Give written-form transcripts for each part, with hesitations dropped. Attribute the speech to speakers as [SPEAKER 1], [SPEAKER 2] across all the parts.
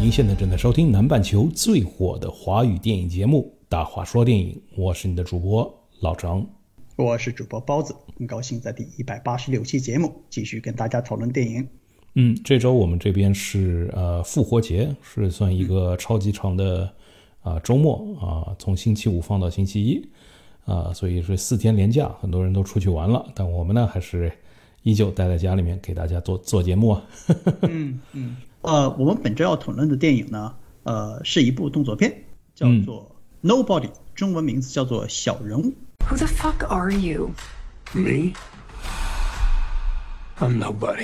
[SPEAKER 1] 您现在正在收听南半球最火的华语电影节目《大话说电影》，我是你的主播老张，
[SPEAKER 2] 我是主播包子，很高兴在第186期节目继续跟大家讨论电影。
[SPEAKER 1] 这周我们这边是复活节，是算一个超级长的周末从星期五放到星期一所以是4天连假，很多人都出去玩了，但我们呢还是依旧待在家里面给大家做节目啊。
[SPEAKER 2] 我们本周要讨论的电影呢，是一部动作片，叫做 Nobody， 中文名字叫做小人物。
[SPEAKER 3] Who the fuck are you?
[SPEAKER 4] Me? I'm nobody.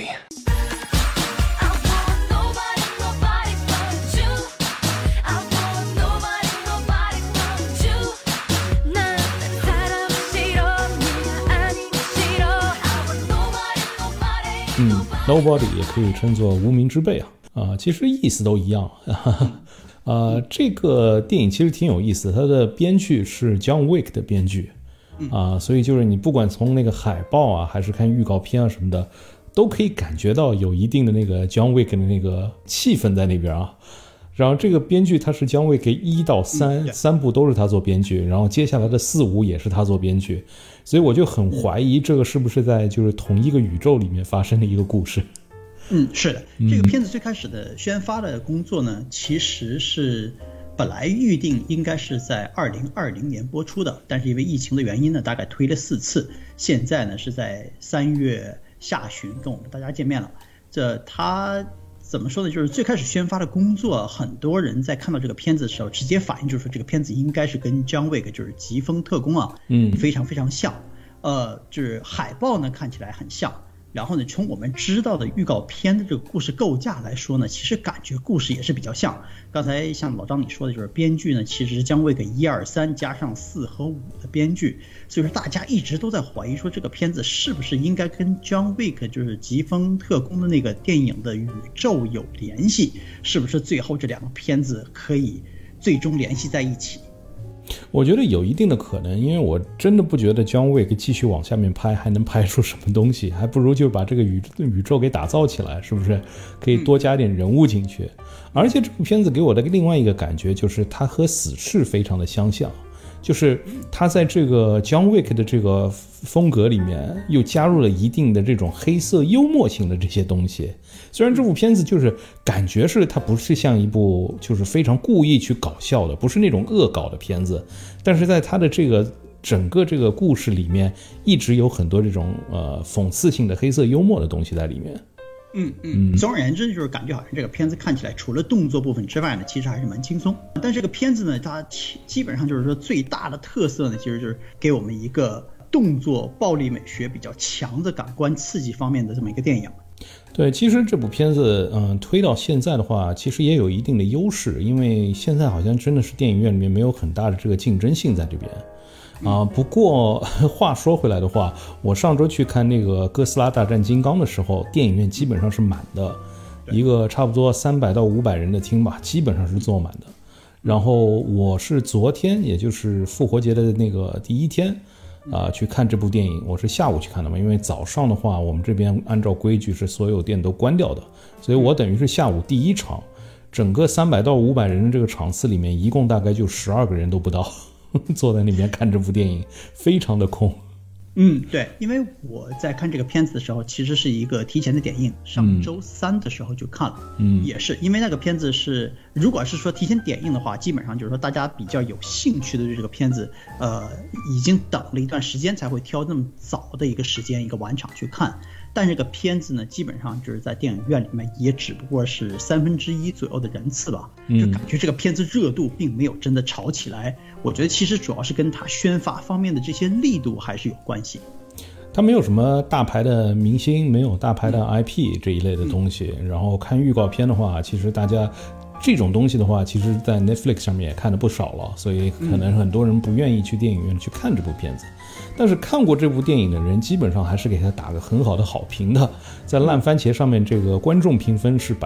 [SPEAKER 1] Nobody 也可以称作无名之辈其实意思都一样。这个电影其实挺有意思的，它的编剧是 John Wick 的编剧所以就是你不管从那个海报还是看预告片什么的，都可以感觉到有一定的那个 John Wick 的那个气氛在那边然后这个编剧他是John Wick 1到3，三部都是他做编剧，然后接下来的4、5也是他做编剧，所以我就很怀疑这个是不是在就是同一个宇宙里面发生的一个故事。
[SPEAKER 2] 是的，这个片子最开始的宣发的工作呢，其实是本来预定应该是在2020年播出的，但是因为疫情的原因呢，大概推了4次，现在呢是在3月下旬跟我们大家见面了。他怎么说呢，就是最开始宣发的工作，很多人在看到这个片子的时候直接反应就是说这个片子应该是跟 John Wick 就是疾风特工非常非常像。就是海报呢看起来很像，然后呢从我们知道的预告片的这个故事构架来说呢，其实感觉故事也是比较像。刚才像老张你说的，就是编剧呢其实是John Wick 1、2、3加上4和5的编剧，所以说大家一直都在怀疑说这个片子是不是应该跟John Wick 就是疾风特工的那个电影的宇宙有联系，是不是最后这2个片子可以最终联系在一起。
[SPEAKER 1] 我觉得有一定的可能，因为我真的不觉得 John Wick 继续往下面拍还能拍出什么东西，还不如就把这个宇宙给打造起来，是不是可以多加点人物进去。而且这部片子给我的另外一个感觉就是它和死侍非常的相像，就是它在这个 John Wick 的这个风格里面又加入了一定的这种黑色幽默性的这些东西。虽然这部片子就是感觉是它不是像一部就是非常故意去搞笑的，不是那种恶搞的片子，但是在它的这个整个这个故事里面一直有很多这种讽刺性的黑色幽默的东西在里面。
[SPEAKER 2] 总而言之就是感觉好像这个片子看起来除了动作部分之外呢，其实还是蛮轻松。但这个片子呢，它基本上就是说最大的特色呢，其实就是给我们一个动作暴力美学比较强的感官刺激方面的这么一个电影。
[SPEAKER 1] 对，其实这部片子推到现在的话其实也有一定的优势，因为现在好像真的是电影院里面没有很大的这个竞争性在这边不过话说回来的话，我上周去看那个哥斯拉大战金刚的时候，电影院基本上是满的，一个差不多300到500人的厅吧，基本上是坐满的。然后我是昨天也就是复活节的那个第1天去看这部电影，我是下午去看的嘛，因为早上的话我们这边按照规矩是所有店都关掉的，所以我等于是下午第1场，整个300到500人的这个场次里面一共大概就12个人都不到坐在那边看这部电影，非常的空。
[SPEAKER 2] 对，因为我在看这个片子的时候其实是一个提前的点映，上周3的时候就看了。也是因为那个片子是如果是说提前点映的话，基本上就是说大家比较有兴趣的对这个片子已经等了一段时间才会挑那么早的一个时间一个晚场去看。但这个片子呢基本上就是在电影院里面也只不过是1/3左右的人次吧，就感觉这个片子热度并没有真的炒起来。我觉得其实主要是跟它宣发方面的这些力度还是有关系。
[SPEAKER 1] 它没有什么大牌的明星，没有大牌的 IP 这一类的东西，然后看预告片的话，其实大家这种东西的话其实在 Netflix 上面也看得不少了，所以可能很多人不愿意去电影院去看这部片子。但是看过这部电影的人基本上还是给他打个很好的好评的，在烂番茄上面这个观众评分是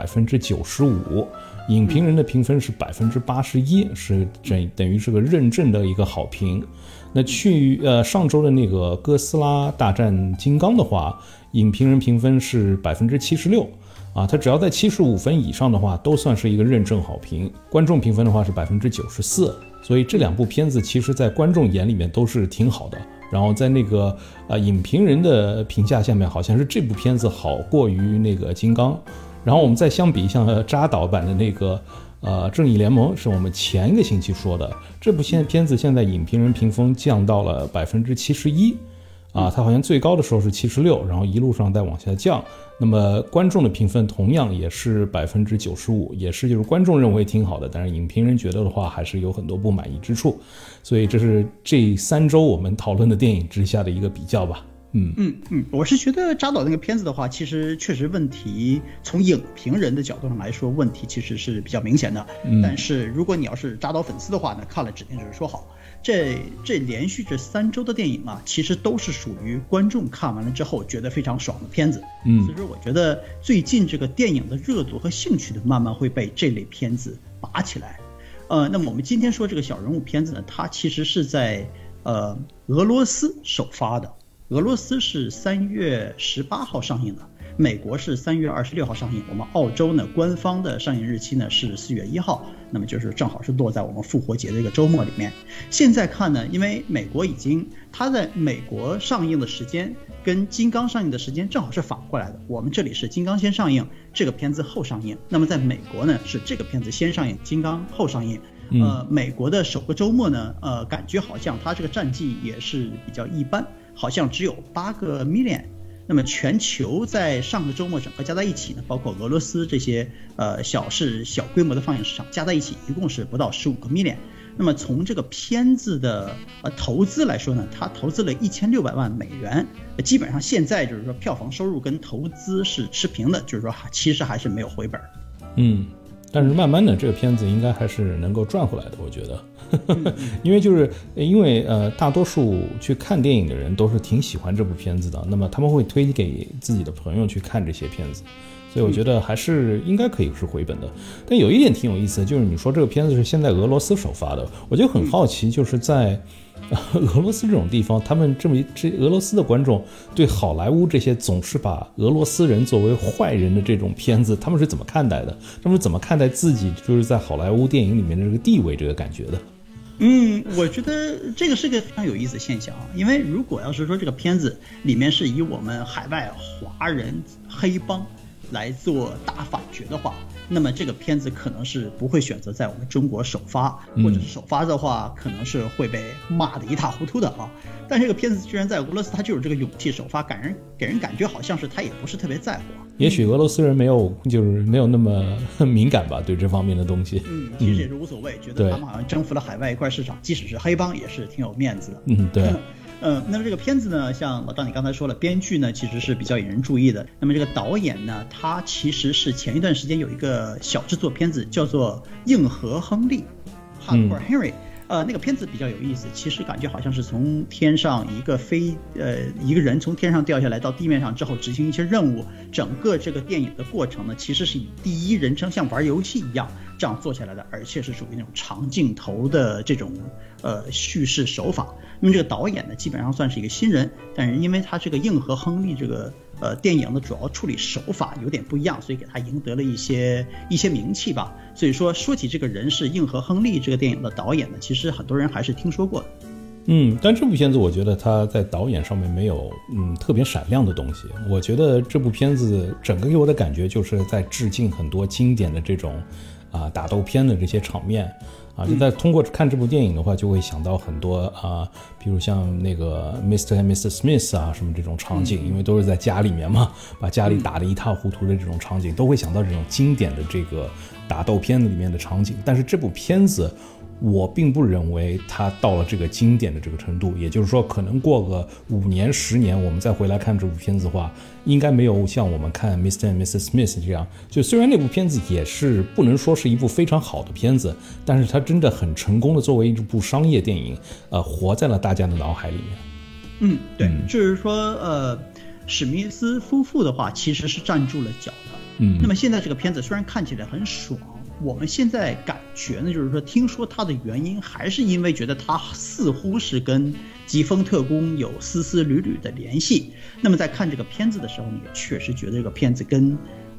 [SPEAKER 1] 95%，影评人的评分是81%，是等于是个认证的一个好评。那上周的那个哥斯拉大战金刚的话，影评人评分是76%， 它只要在75分以上的话，都算是一个认证好评。观众评分的话是94%，所以这两部片子其实在观众眼里面都是挺好的。然后在那个影评人的评价下面，好像是这部片子好过于那个金刚。然后我们再相比像扎导版的那个正义联盟，是我们前一个星期说的，这部片子现在影评人评分降到了71%。它好像最高的时候是76%，然后一路上再往下降。那么观众的评分同样也是95%，也是就是观众认为挺好的，但是影评人觉得的话还是有很多不满意之处。所以这是这3周我们讨论的电影之下的一个比较吧。
[SPEAKER 2] 我是觉得扎导那个片子的话，其实确实问题从影评人的角度上来说，问题其实是比较明显的。但是如果你要是扎导粉丝的话呢，看了指定就是说好。这连续这3周的电影啊，其实都是属于观众看完了之后觉得非常爽的片子。所以说我觉得最近这个电影的热度和兴趣的慢慢会被这类片子拔起来。那么我们今天说这个小人物片子呢，它其实是在俄罗斯首发的。俄罗斯是3月18号上映的，美国是3月26号上映，我们澳洲呢官方的上映日期呢是4月1号，那么就是正好是落在我们复活节的一个周末里面。现在看呢，因为美国它在美国上映的时间跟金刚上映的时间正好是反过来的，我们这里是金刚先上映，这个片子后上映，那么在美国呢是这个片子先上映，金刚后上映。美国的首个周末呢，感觉好像它这个战绩也是比较一般，好像只有8个 million。那么全球在上个周末整个加在一起呢，包括俄罗斯这些小规模的放映市场加在一起，一共是不到15个 million。那么从这个片子的投资来说呢，它投资了1600万美元，基本上现在就是说票房收入跟投资是持平的，就是说其实还是没有回本。
[SPEAKER 1] 但是慢慢的这个片子应该还是能够赚回来的，我觉得。因为大多数去看电影的人都是挺喜欢这部片子的，那么他们会推给自己的朋友去看这些片子，所以我觉得还是应该可以是回本的。但有一点挺有意思的，就是你说这个片子是现在俄罗斯首发的，我就很好奇，就是在俄罗斯这种地方，他们俄罗斯的观众对好莱坞这些总是把俄罗斯人作为坏人的这种片子，他们是怎么看待的？他们是怎么看待自己就是在好莱坞电影里面的这个地位这个感觉的？
[SPEAKER 2] 我觉得这个是个非常有意思的现象，因为如果要是说这个片子里面是以我们海外华人黑帮来做大反角的话，那么这个片子可能是不会选择在我们中国首发，或者是首发的话可能是会被骂得一塌糊涂的啊。但这个片子居然在俄罗斯它就有这个勇气首发，给人感觉好像是他也不是特别在乎。
[SPEAKER 1] 也许俄罗斯人没有那么敏感吧，对这方面的东西。
[SPEAKER 2] 其实也是无所谓，觉得他们好像征服了海外一块市场，即使是黑帮也是挺有面子的。
[SPEAKER 1] 对。
[SPEAKER 2] 那么这个片子呢，像老张你刚才说了，编剧呢其实是比较引人注意的。那么这个导演呢，他其实是前一段时间有一个小制作片子叫做《硬核亨利》（Hardcore Henry）。那个片子比较有意思，其实感觉好像是从天上一个人从天上掉下来到地面上之后执行一些任务，整个这个电影的过程呢，其实是以第一人称像玩游戏一样这样做下来的，而且是属于那种长镜头的这种叙事手法。那么这个导演呢，基本上算是一个新人，但是因为他这个硬核亨利这个电影的主要处理手法有点不一样，所以给他赢得了一些名气吧。所以说起这个人是硬核亨利这个电影的导演呢，其实很多人还是听说过的。
[SPEAKER 1] 但这部片子我觉得他在导演上面没有特别闪亮的东西。我觉得这部片子整个给我的感觉就是在致敬很多经典的这种打斗片的这些场面就在通过看这部电影的话，就会想到很多比如像那个 Mr. and Mrs. Smith 什么这种场景，因为都是在家里面嘛，把家里打得一塌糊涂的这种场景，都会想到这种经典的这个打斗片子里面的场景。但是这部片子我并不认为它到了这个经典的这个程度，也就是说可能过个5年10年我们再回来看这部片子的话，应该没有像我们看 Mr. and Mrs. Smith 这样，就虽然那部片子也是不能说是一部非常好的片子，但是它真的很成功的作为一部商业电影活在了大家的脑海里面。
[SPEAKER 2] 对，就是说史密斯夫妇的话其实是站住了脚的。那么现在这个片子虽然看起来很爽，我们现在感觉呢，就是说听说它的原因还是因为觉得它似乎是跟疾风特工有丝丝缕缕的联系。那么在看这个片子的时候，你也确实觉得这个片子跟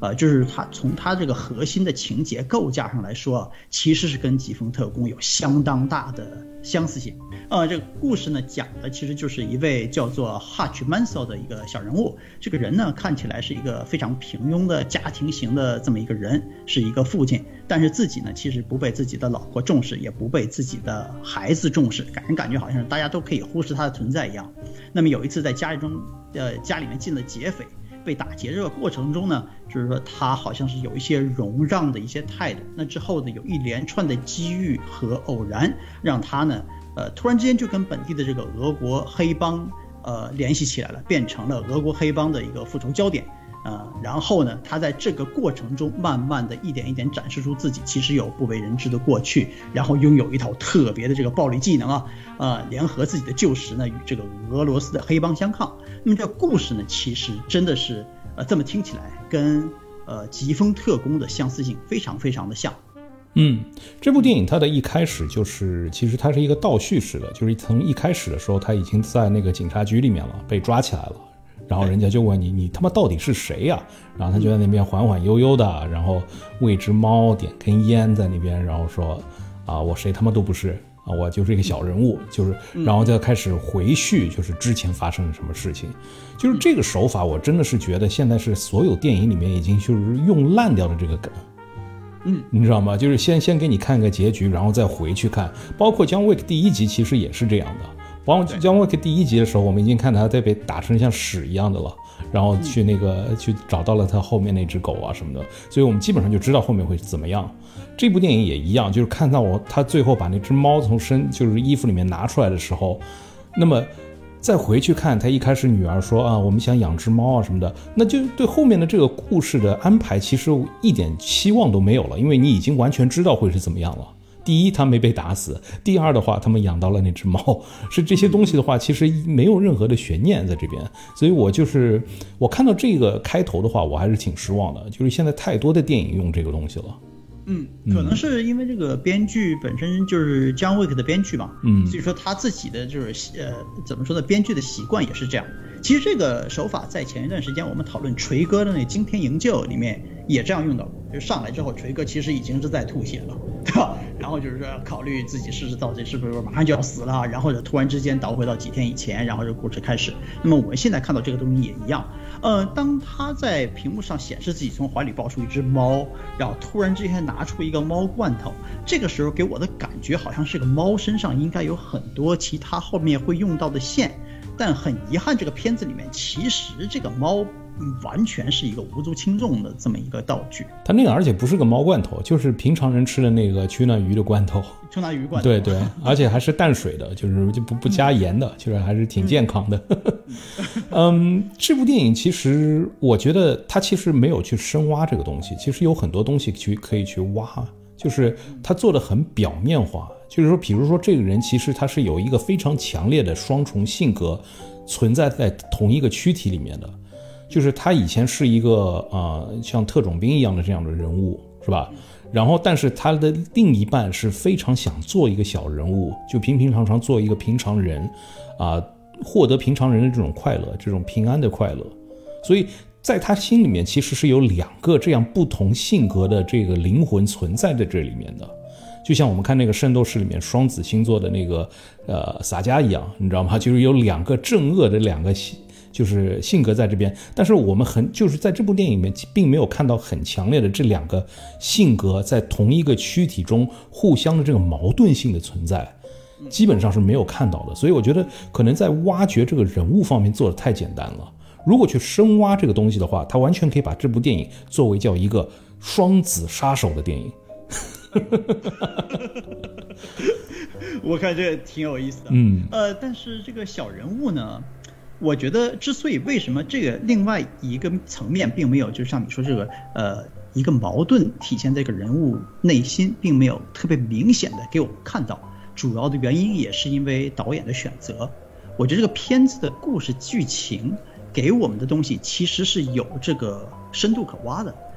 [SPEAKER 2] 就是它从它这个核心的情节构架上来说，其实是跟疾风特工有相当大的相似性。这个故事呢讲的其实就是一位叫做 Hutch Mansell 的一个小人物。这个人呢看起来是一个非常平庸的家庭型的这么一个人，是一个父亲，但是自己呢其实不被自己的老婆重视，也不被自己的孩子重视，感觉好像是大家都可以忽视他的存在一样。那么有一次在家里面进了劫匪，被打劫这个过程中呢，就是说他好像是有一些容让的一些态度。那之后呢，有一连串的机遇和偶然，让他呢，突然之间就跟本地的这个俄国黑帮联系起来了，变成了俄国黑帮的一个复仇焦点。然后呢，他在这个过程中慢慢的一点一点展示出自己其实有不为人知的过去，然后拥有一套特别的这个暴力技能联合自己的旧识呢与这个俄罗斯的黑帮相抗。那么这个故事呢，其实真的是这么听起来跟疾风特工的相似性非常非常的像。
[SPEAKER 1] 这部电影它的一开始就是其实它是一个倒叙式的，就是从一开始的时候他已经在那个警察局里面了，被抓起来了。然后人家就问你他妈到底是谁呀？然后他就在那边缓缓悠悠的，然后喂只猫，点根烟在那边，然后说我谁他妈都不是我就是一个小人物，就是然后再开始回叙，就是之前发生了什么事情。就是这个手法我真的是觉得现在是所有电影里面已经就是用烂掉的这个梗。你知道吗？就是先给你看个结局，然后再回去看。包括John Wick第一集其实也是这样的。包括John Wick第一集的时候，我们已经看他在被打成像屎一样的了，然后去找到了他后面那只狗什么的，所以我们基本上就知道后面会怎么样。这部电影也一样，就是看到他最后把那只猫从就是衣服里面拿出来的时候，那么再回去看他一开始女儿说我们想养只猫什么的，那就对后面的这个故事的安排其实一点希望都没有了，因为你已经完全知道会是怎么样了。第一，他没被打死；第二的话，他们养到了那只猫，是这些东西的话，其实没有任何的悬念在这边。所以我看到这个开头的话，我还是挺失望的。就是现在太多的电影用这个东西了。
[SPEAKER 2] 可能是因为这个编剧本身就是 John Wick 的编剧嘛，所以说他自己的就是怎么说呢，编剧的习惯也是这样。其实这个手法在前一段时间我们讨论锤哥的那《惊天营救》里面也这样用到过，就是上来之后锤哥其实已经是在吐血了，对吧？然后就是说考虑自己到底是不是马上就要死了，然后就突然之间倒回到几天以前，然后这个故事开始。那么我们现在看到这个东西也一样，当他在屏幕上显示自己从怀里抱出一只猫，然后突然之间拿出一个猫罐头，这个时候给我的感觉好像是个猫身上应该有很多其他后面会用到的线，但很遗憾这个片子里面其实这个猫完全是一个无足轻重的这么一个道具。
[SPEAKER 1] 它那个而且不是个猫罐头，就是平常人吃的那个曲南鱼的罐头。
[SPEAKER 2] 曲南鱼罐头，
[SPEAKER 1] 对，而且还是淡水的，就是就不加盐的，就是还是挺健康的。这部电影其实我觉得它其实没有去深挖这个东西，其实有很多东西可以去挖，就是它做的很表面化。就是说比如说这个人其实他是有一个非常强烈的双重性格存在在同一个躯体里面的，就是他以前是一个像特种兵一样的这样的人物，是吧？然后但是他的另一半是非常想做一个小人物，就平平常常做一个平常人获得平常人的这种快乐，这种平安的快乐。所以在他心里面其实是有两个这样不同性格的这个灵魂存在在这里面的。就像我们看那个圣斗士里面双子星座的那个洒家一样，你知道吗？就是有两个正恶的两个就是性格在这边，但是我们就是在这部电影里面并没有看到很强烈的这两个性格在同一个躯体中互相的这个矛盾性的存在，基本上是没有看到的。所以我觉得可能在挖掘这个人物方面做得太简单了，如果去深挖这个东西的话，它完全可以把这部电影作为叫一个双子杀手的电影。
[SPEAKER 2] 我看这个挺有意思的。但是这个小人物呢，我觉得之所以为什么这个另外一个层面并没有，就像你说这个一个矛盾体现在这个人物内心，并没有特别明显的给我们看到，主要的原因也是因为导演的选择。我觉得这个片子的故事剧情给我们的东西其实是有这个深度可挖的。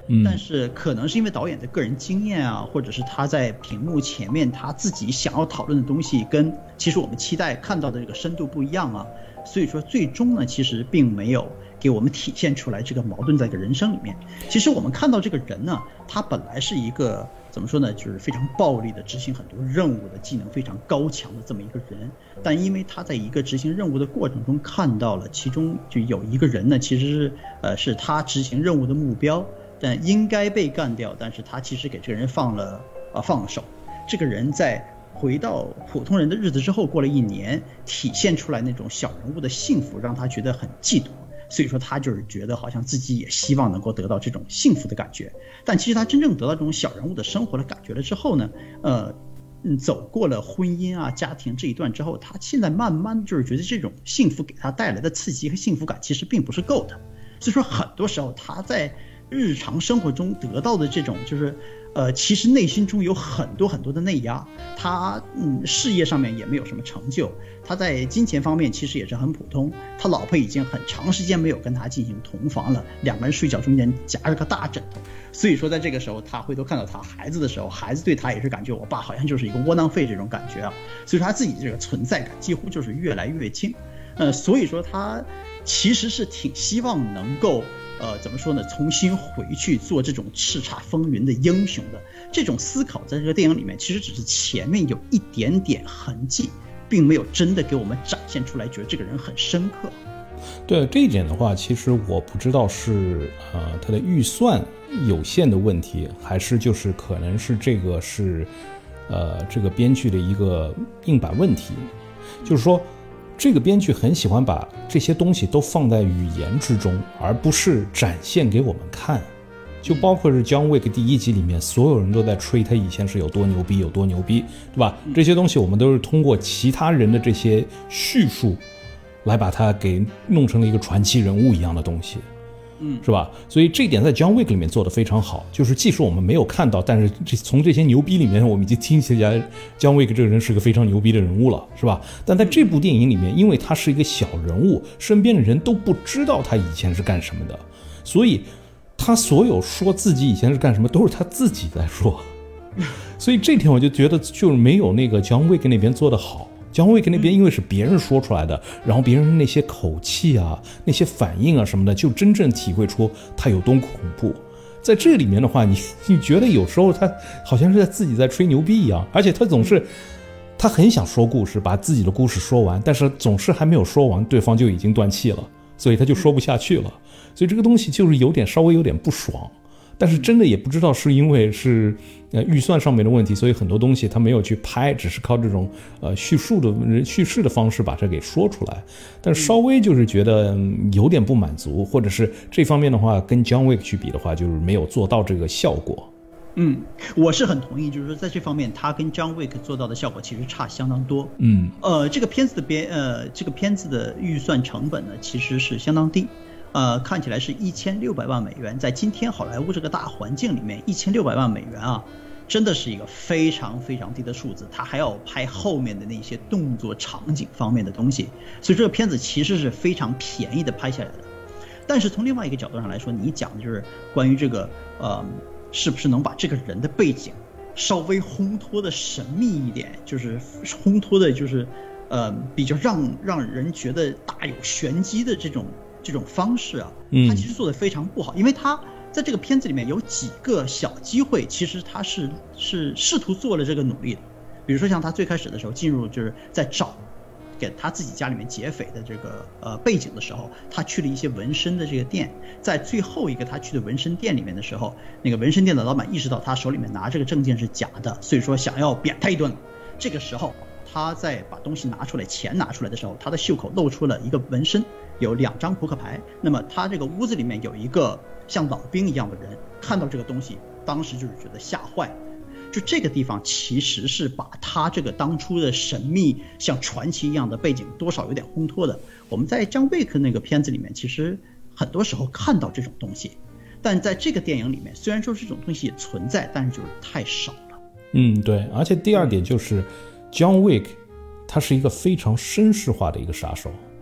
[SPEAKER 2] 但是可能是因为导演的个人经验啊，或者是他在屏幕前面他自己想要讨论的东西跟其实我们期待看到的这个深度不一样啊，所以说最终呢其实并没有给我们体现出来这个矛盾在这个人生里面。其实我们看到这个人呢，他本来是一个怎么说呢，就是非常暴力的执行很多任务的技能非常高强的这么一个人，但因为他在一个执行任务的过程中看到了其中就有一个人呢其实是他执行任务的目标，但应该被干掉，但是他其实给这个人放了手。这个人在回到普通人的日子之后，过了1年，体现出来那种小人物的幸福，让他觉得很嫉妒。所以说他就是觉得好像自己也希望能够得到这种幸福的感觉，但其实他真正得到这种小人物的生活的感觉了之后呢，走过了婚姻啊家庭这一段之后，他现在慢慢就是觉得这种幸福给他带来的刺激和幸福感其实并不是够的。所以说很多时候他在日常生活中得到的这种就是其实内心中有很多很多的内压，他事业上面也没有什么成就，他在金钱方面其实也是很普通，他老婆已经很长时间没有跟他进行同房了，两个人睡觉中间夹着个大枕头，所以说在这个时候他回头看到他孩子的时候，孩子对他也是感觉我爸好像就是一个窝囊废这种感觉啊，所以说他自己这个存在感几乎就是越来越轻，所以说他其实是挺希望能够怎么说呢，重新回去做这种叱咤风云的英雄的这种思考，在这个电影里面其实只是前面有一点点痕迹，并没有真的给我们展现出来觉得这个人很深刻。
[SPEAKER 1] 对这一点的话，其实我不知道是他的预算有限的问题，还是就是可能是这个是这个编剧的一个硬板问题，就是说这个编剧很喜欢把这些东西都放在语言之中，而不是展现给我们看。就包括是 John Wick 第1集里面，所有人都在吹他以前是有多牛逼有多牛逼，对吧？这些东西我们都是通过其他人的这些叙述来把它给弄成了一个传奇人物一样的东西，是吧？所以这一点在 John Wick 里面做得非常好，就是即使我们没有看到，但是从这些牛逼里面我们已经听起来 John Wick 这个人是个非常牛逼的人物了，是吧？但在这部电影里面，因为他是一个小人物，身边的人都不知道他以前是干什么的，所以他所有说自己以前是干什么都是他自己在说，所以这点我就觉得就是没有那个 John Wick 那边做得好。John Wick 那边因为是别人说出来的，然后别人那些口气啊那些反应啊什么的，就真正体会出他有多恐怖。在这里面的话，你觉得有时候他好像是在自己在吹牛逼一样，而且他很想说故事，把自己的故事说完，但是总是还没有说完，对方就已经断气了，所以他就说不下去了。所以这个东西就是稍微有点不爽，但是真的也不知道是因为是预算上面的问题，所以很多东西他没有去拍，只是靠这种叙事的方式把这给说出来，但是稍微就是觉得有点不满足，或者是这方面的话跟 John Wick 去比的话，就是没有做到这个效果。
[SPEAKER 2] 我是很同意，就是说在这方面他跟 John Wick 做到的效果其实差相当多。这个片子的预算成本呢其实是相当低。看起来是1600万美元，在今天好莱坞这个大环境里面，1600万美元啊，真的是一个非常非常低的数字。他还要拍后面的那些动作场景方面的东西，所以这个片子其实是非常便宜的拍下来的。但是从另外一个角度上来说，你讲的就是关于这个是不是能把这个人的背景稍微烘托的神秘一点，就是烘托的就是比较让人觉得大有玄机的这种方式啊，他其实做得非常不好，因为他在这个片子里面有几个小机会，其实他是试图做了这个努力的。比如说像他最开始的时候进入就是在找给他自己家里面劫匪的这个背景的时候，他去了一些纹身的这个店，在最后一个他去的纹身店里面的时候，那个纹身店的老板意识到他手里面拿这个证件是假的，所以说想要扁他一顿。这个时候他在把东西拿出来，钱拿出来的时候，他的袖口露出了一个纹身，有2张扑克牌。那么他这个屋子里面有一个像老兵一样的人，看到这个东西，当时就是觉得吓坏了。就这个地方其实是把他这个当初的神秘像传奇一样的背景多少有点烘托的。我们在John Wick那个片子里面其实很多时候看到这种东西，但在这个电影里面虽然说这种东西也存在，但是就是太少了。
[SPEAKER 1] 对，而且第二点就是John Wick 他是一个非常绅士化的一个杀手。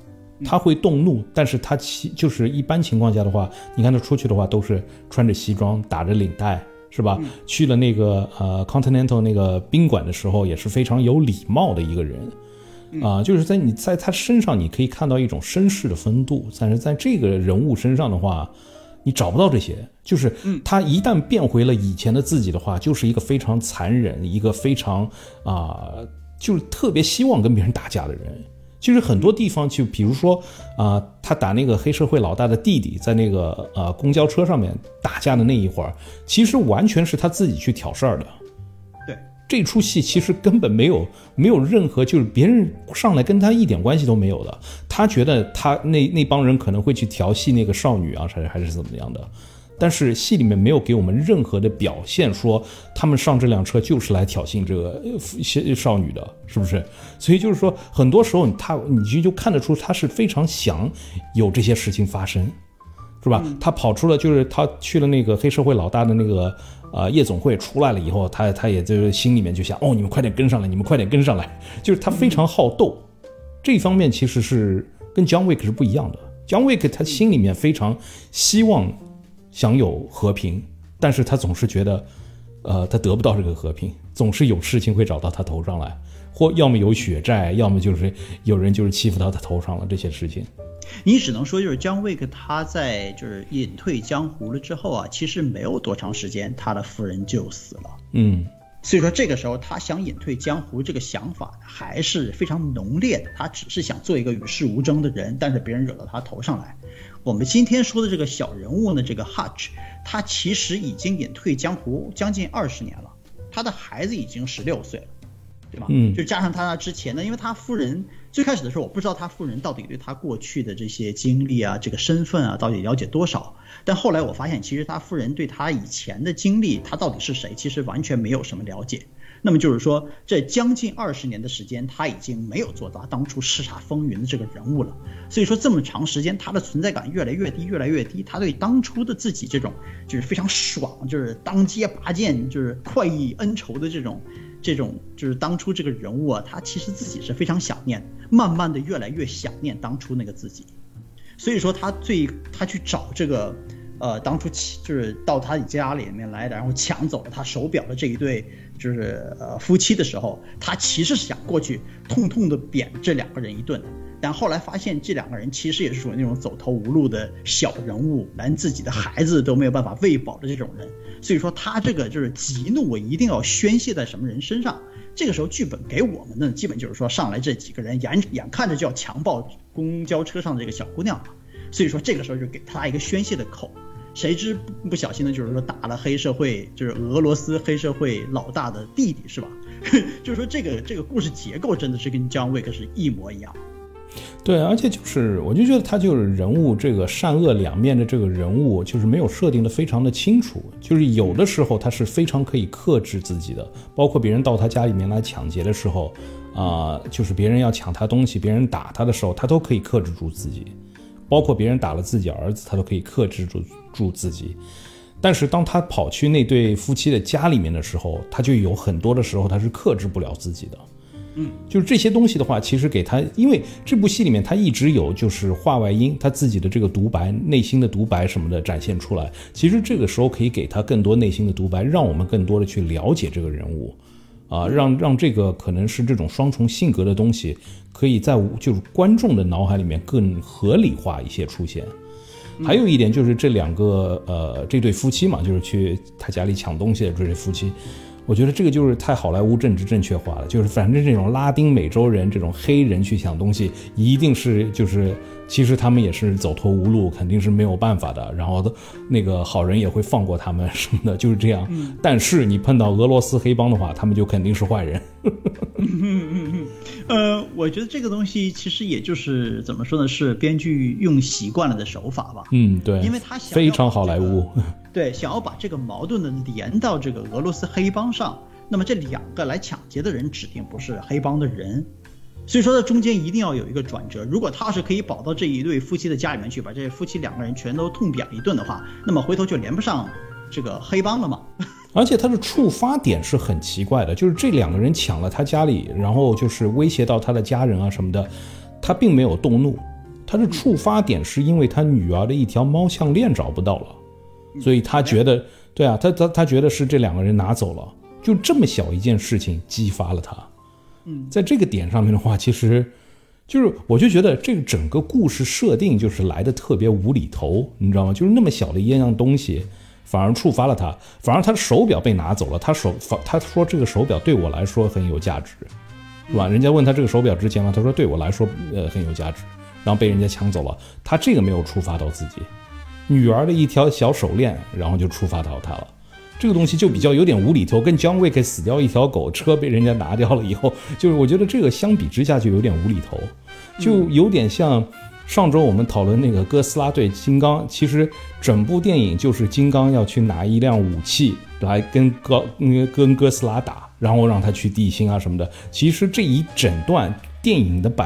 [SPEAKER 1] 他会动怒，但是他就是一般情况下的话，你看他出去的话都是穿着西装，打着领带，是吧？去了那个Continental 那个宾馆的时候，也是非常有礼貌的一个人。就是在他身上你可以看到一种绅士的风度，但是在这个人物身上的话，你找不到这些。就是他一旦变回了以前的自己的话，就是一个非常残忍，一个非常就是特别希望跟别人打架的人。就是很多地方，就比如说他打那个黑社会老大的弟弟，在那个公交车上面打架的那一会儿，其实完全是他自己去挑事儿的。这出戏其实根本没有任何，就是别人上来跟他一点关系都没有的。他觉得他那帮人可能会去调戏那个少女啊，还是怎么样的。但是戏里面没有给我们任何的表现，说他们上这辆车就是来挑衅这个少女的，是不是？所以就是说，很多时候你就看得出他是非常想有这些事情发生，是吧？他跑出了，就是他去了那个黑社会老大的那个夜总会，出来了以后，他也就是心里面就想，你们快点跟上来，你们快点跟上来，就是他非常好斗。这一方面其实是跟 John Wick 是不一样的。John Wick 他心里面非常希望享有和平，但是他总是觉得他得不到这个和平，总是有事情会找到他头上来，或要么有血债，要么就是有人就是欺负到他头上了，这些事情。
[SPEAKER 2] 你只能说就是John Wick他在就是隐退江湖了之后啊，其实没有多长时间他的夫人就死了。所以说这个时候他想隐退江湖这个想法还是非常浓烈的，他只是想做一个与世无争的人，但是别人惹到他头上来。我们今天说的这个小人物呢，这个 Hutch 他其实已经隐退江湖将近20年了，他的孩子已经16岁了，对吧？就加上他之前呢，因为他夫人最开始的时候我不知道他夫人到底对他过去的这些经历啊，这个身份啊到底了解多少，但后来我发现其实他夫人对他以前的经历，他到底是谁，其实完全没有什么了解。那么就是说这将近20年的时间，他已经没有做到当初叱咤风云的这个人物了。所以说这么长时间他的存在感越来越低越来越低，他对当初的自己这种就是非常爽，就是当街拔剑，就是快意恩仇的这种就是当初这个人物啊，他其实自己是非常想念，慢慢的越来越想念当初那个自己。所以说他去找这个当初就是到他家里面来的，然后抢走了他手表的这一对就是夫妻的时候，他其实是想过去痛痛的扁这2个人一顿的，但后来发现这2个人其实也是属于那种走投无路的小人物，连自己的孩子都没有办法喂饱的这种人。所以说他这个就是急怒我一定要宣泄在什么人身上。这个时候剧本给我们的基本就是说，上来这几个人眼看着就要强暴公交车上的这个小姑娘了，所以说这个时候就给他一个宣泄的口。谁知不小心的就是说打了黑社会，就是俄罗斯黑社会老大的弟弟，是吧？就是说这个故事结构真的是跟 John Wick 是一模一样。
[SPEAKER 1] 对，而且就是我就觉得他就是人物这个善恶两面的这个人物，就是没有设定的非常的清楚，就是有的时候他是非常可以克制自己的，包括别人到他家里面来抢劫的时候就是别人要抢他东西，别人打他的时候，他都可以克制住自己，包括别人打了自己儿子，他都可以克制住自己。但是当他跑去那对夫妻的家里面的时候，他就有很多的时候他是克制不了自己的。就是这些东西的话，其实给他，因为这部戏里面他一直有就是话外音，他自己的这个独白，内心的独白什么的展现出来，其实这个时候可以给他更多内心的独白，让我们更多的去了解这个人物让这个可能是这种双重性格的东西可以在就是观众的脑海里面更合理化一些出现。还有一点就是这2个这对夫妻嘛，就是去他家里抢东西的这对夫妻，我觉得这个就是太好莱坞政治正确化了，就是反正这种拉丁美洲人这种黑人去抢东西，一定是就是其实他们也是走投无路，肯定是没有办法的，然后那个好人也会放过他们什么的，就是这样。但是你碰到俄罗斯黑帮的话，他们就肯定是坏人。
[SPEAKER 2] 我觉得这个东西其实也就是怎么说呢，是编剧用习惯了的手法吧。
[SPEAKER 1] 对，
[SPEAKER 2] 因为他想
[SPEAKER 1] 非常好莱坞。
[SPEAKER 2] 对，想要把这个矛盾的连到这个俄罗斯黑帮上，那么这2个来抢劫的人指定不是黑帮的人，所以说在中间一定要有一个转折。如果他是可以跑到这一对夫妻的家里面去，把这夫妻2个人全都痛扁一顿的话，那么回头就连不上这个黑帮了嘛。
[SPEAKER 1] 而且他的触发点是很奇怪的，就是这2个人抢了他家里，然后就是威胁到他的家人啊什么的，他并没有动怒， 他的触发点是因为他女儿的一条猫项链找不到了，所以他觉得，对啊，他觉得是这两个人拿走了，就这么小一件事情激发了他。在这个点上面的话，其实就是我就觉得这个整个故事设定就是来的特别无厘头，你知道吗？就是那么小的一样东西，反而触发了他，反而他的手表被拿走了，他说这个手表对我来说很有价值，是吧？人家问他这个手表值钱吗？他说对我来说很有价值，然后被人家抢走了，他这个没有触发到自己，女儿的一条小手链，然后就触发到他了。这个东西就比较有点无厘头，跟 John Wick 死掉一条狗，车被人家拿掉了以后，就是我觉得这个相比之下就有点无厘头，就有点像上周我们讨论那个哥斯拉对金刚，其实整部电影就是金刚要去拿一辆武器来跟哥斯拉打，然后让他去地心啊什么的。其实这一整段电影的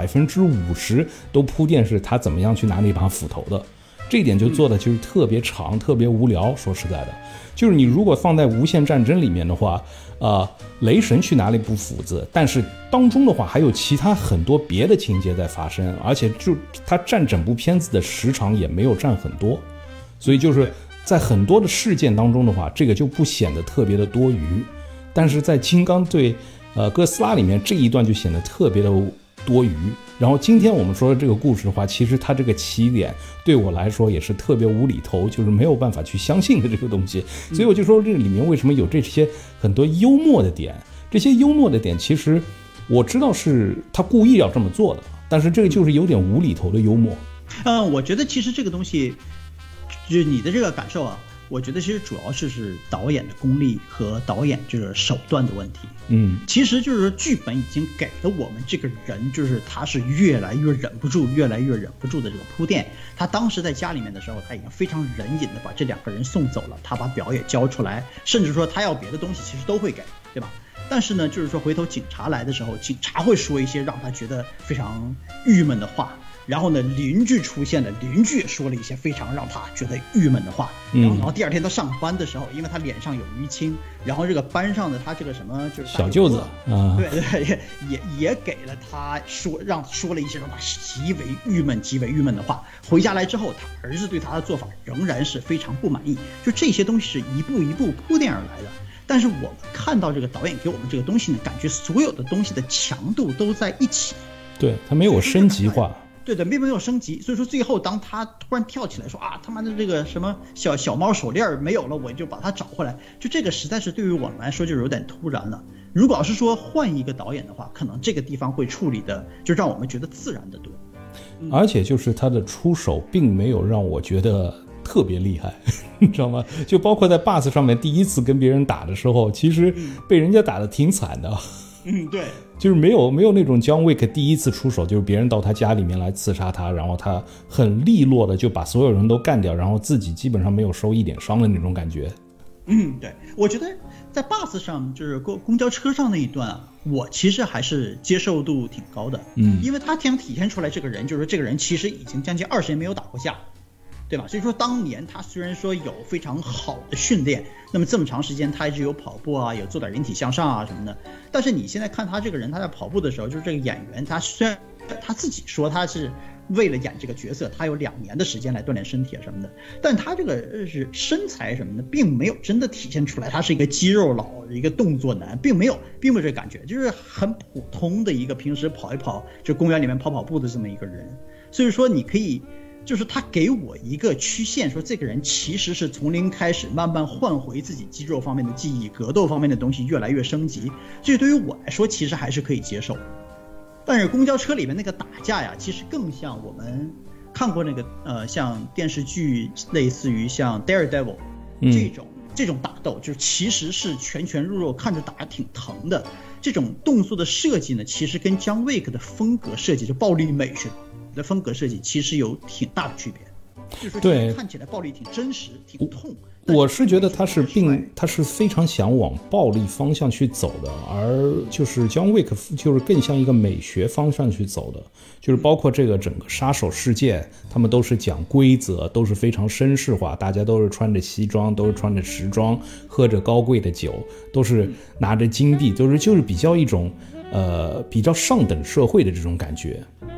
[SPEAKER 1] 50%都铺垫是他怎么样去拿那把斧头的，这一点就做的就是特别长，特别无聊。说实在的，就是你如果放在无限战争里面的话，雷神去拿了一部斧子，但是当中的话还有其他很多别的情节在发生，而且就他占整部片子的时长也没有占很多，所以就是在很多的事件当中的话，这个就不显得特别的多余。但是在金刚对哥斯拉里面这一段就显得特别的多余。然后今天我们说的这个故事的话，其实它这个起点对我来说也是特别无厘头，就是没有办法去相信的这个东西。所以我就说这里面为什么有这些很多幽默的点，这些幽默的点其实我知道是他故意要这么做的，但是这个就是有点无厘头的幽默。
[SPEAKER 2] 我觉得其实这个东西就是你的这个感受啊，我觉得其实主要是导演的功力和导演这个手段的问题。其实就是说剧本已经给了我们这个人，就是他是越来越忍不住的这个铺垫。他当时在家里面的时候，他已经非常忍隐的把这两个人送走了，他把表也交出来，甚至说他要别的东西其实都会给，对吧？但是呢，就是说回头警察来的时候，警察会说一些让他觉得非常郁闷的话。然后呢，邻居出现了，邻居也说了一些非常让他觉得郁闷的话。然后第二天他上班的时候，因为他脸上有淤青，然后这个班上的他这个什么就是
[SPEAKER 1] 小舅子
[SPEAKER 2] 对，也给了他说了一些让他极为郁闷的话。回家来之后，他儿子对他的做法仍然是非常不满意。就这些东西是一步一步铺垫而来的。但是我们看到这个导演给我们这个东西呢，感觉所有的东西的强度都在一起。
[SPEAKER 1] 对，他没有升级化。
[SPEAKER 2] 对，并没有升级，所以说最后当他突然跳起来说啊，他妈的这个什么小猫手链没有了，我就把它找回来，就这个实在是对于我们来说就有点突然了。如果要是说换一个导演的话，可能这个地方会处理的就让我们觉得自然的多。
[SPEAKER 1] 而且就是他的出手并没有让我觉得特别厉害，你知道吗？就包括在 bus 上面第一次跟别人打的时候，其实被人家打得挺惨的。
[SPEAKER 2] 对，
[SPEAKER 1] 就是没有那种 John Wick 第一次出手，就是别人到他家里面来刺杀他，然后他很利落的就把所有人都干掉，然后自己基本上没有受一点伤的那种感觉。
[SPEAKER 2] 对，我觉得在 bus 上就是公交车上那一段啊，我其实还是接受度挺高的。因为他想体现出来这个人，就是这个人其实已经将近20年没有打过架。对吧？所以说当年他虽然说有非常好的训练，那么这么长时间他一直有跑步啊，有做点引体向上啊什么的，但是你现在看他这个人，他在跑步的时候，就是这个演员他虽然他自己说他是为了演这个角色，他有2年的时间来锻炼身体啊什么的，但他这个是身材什么的并没有真的体现出来他是一个肌肉佬，一个动作男，并没有这个感觉，就是很普通的一个平时跑一跑就公园里面跑步的这么一个人。所以说你可以就是他给我一个曲线，说这个人其实是从零开始慢慢换回自己肌肉方面的记忆，格斗方面的东西越来越升级，这对于我来说其实还是可以接受。但是公交车里面那个打架呀，其实更像我们看过那个像电视剧类似于像 Daredevil 这种打斗，就是其实是拳拳入肉，看着打挺疼的。这种动作的设计呢，其实跟 John Wick 的风格设计，就暴力美学的风格设计其实有挺大的区别。就是说看起来暴力挺真实挺痛。
[SPEAKER 1] 我是觉得他是非常想往暴力方向去走的，而就是 John Wick 就是更像一个美学方向去走的，就是包括这个整个杀手事件，他们都是讲规则，都是非常绅士化，大家都是穿着西装，都是穿着时装，喝着高贵的酒，都是拿着金币，就是比较一种比较上等社会的这种感觉。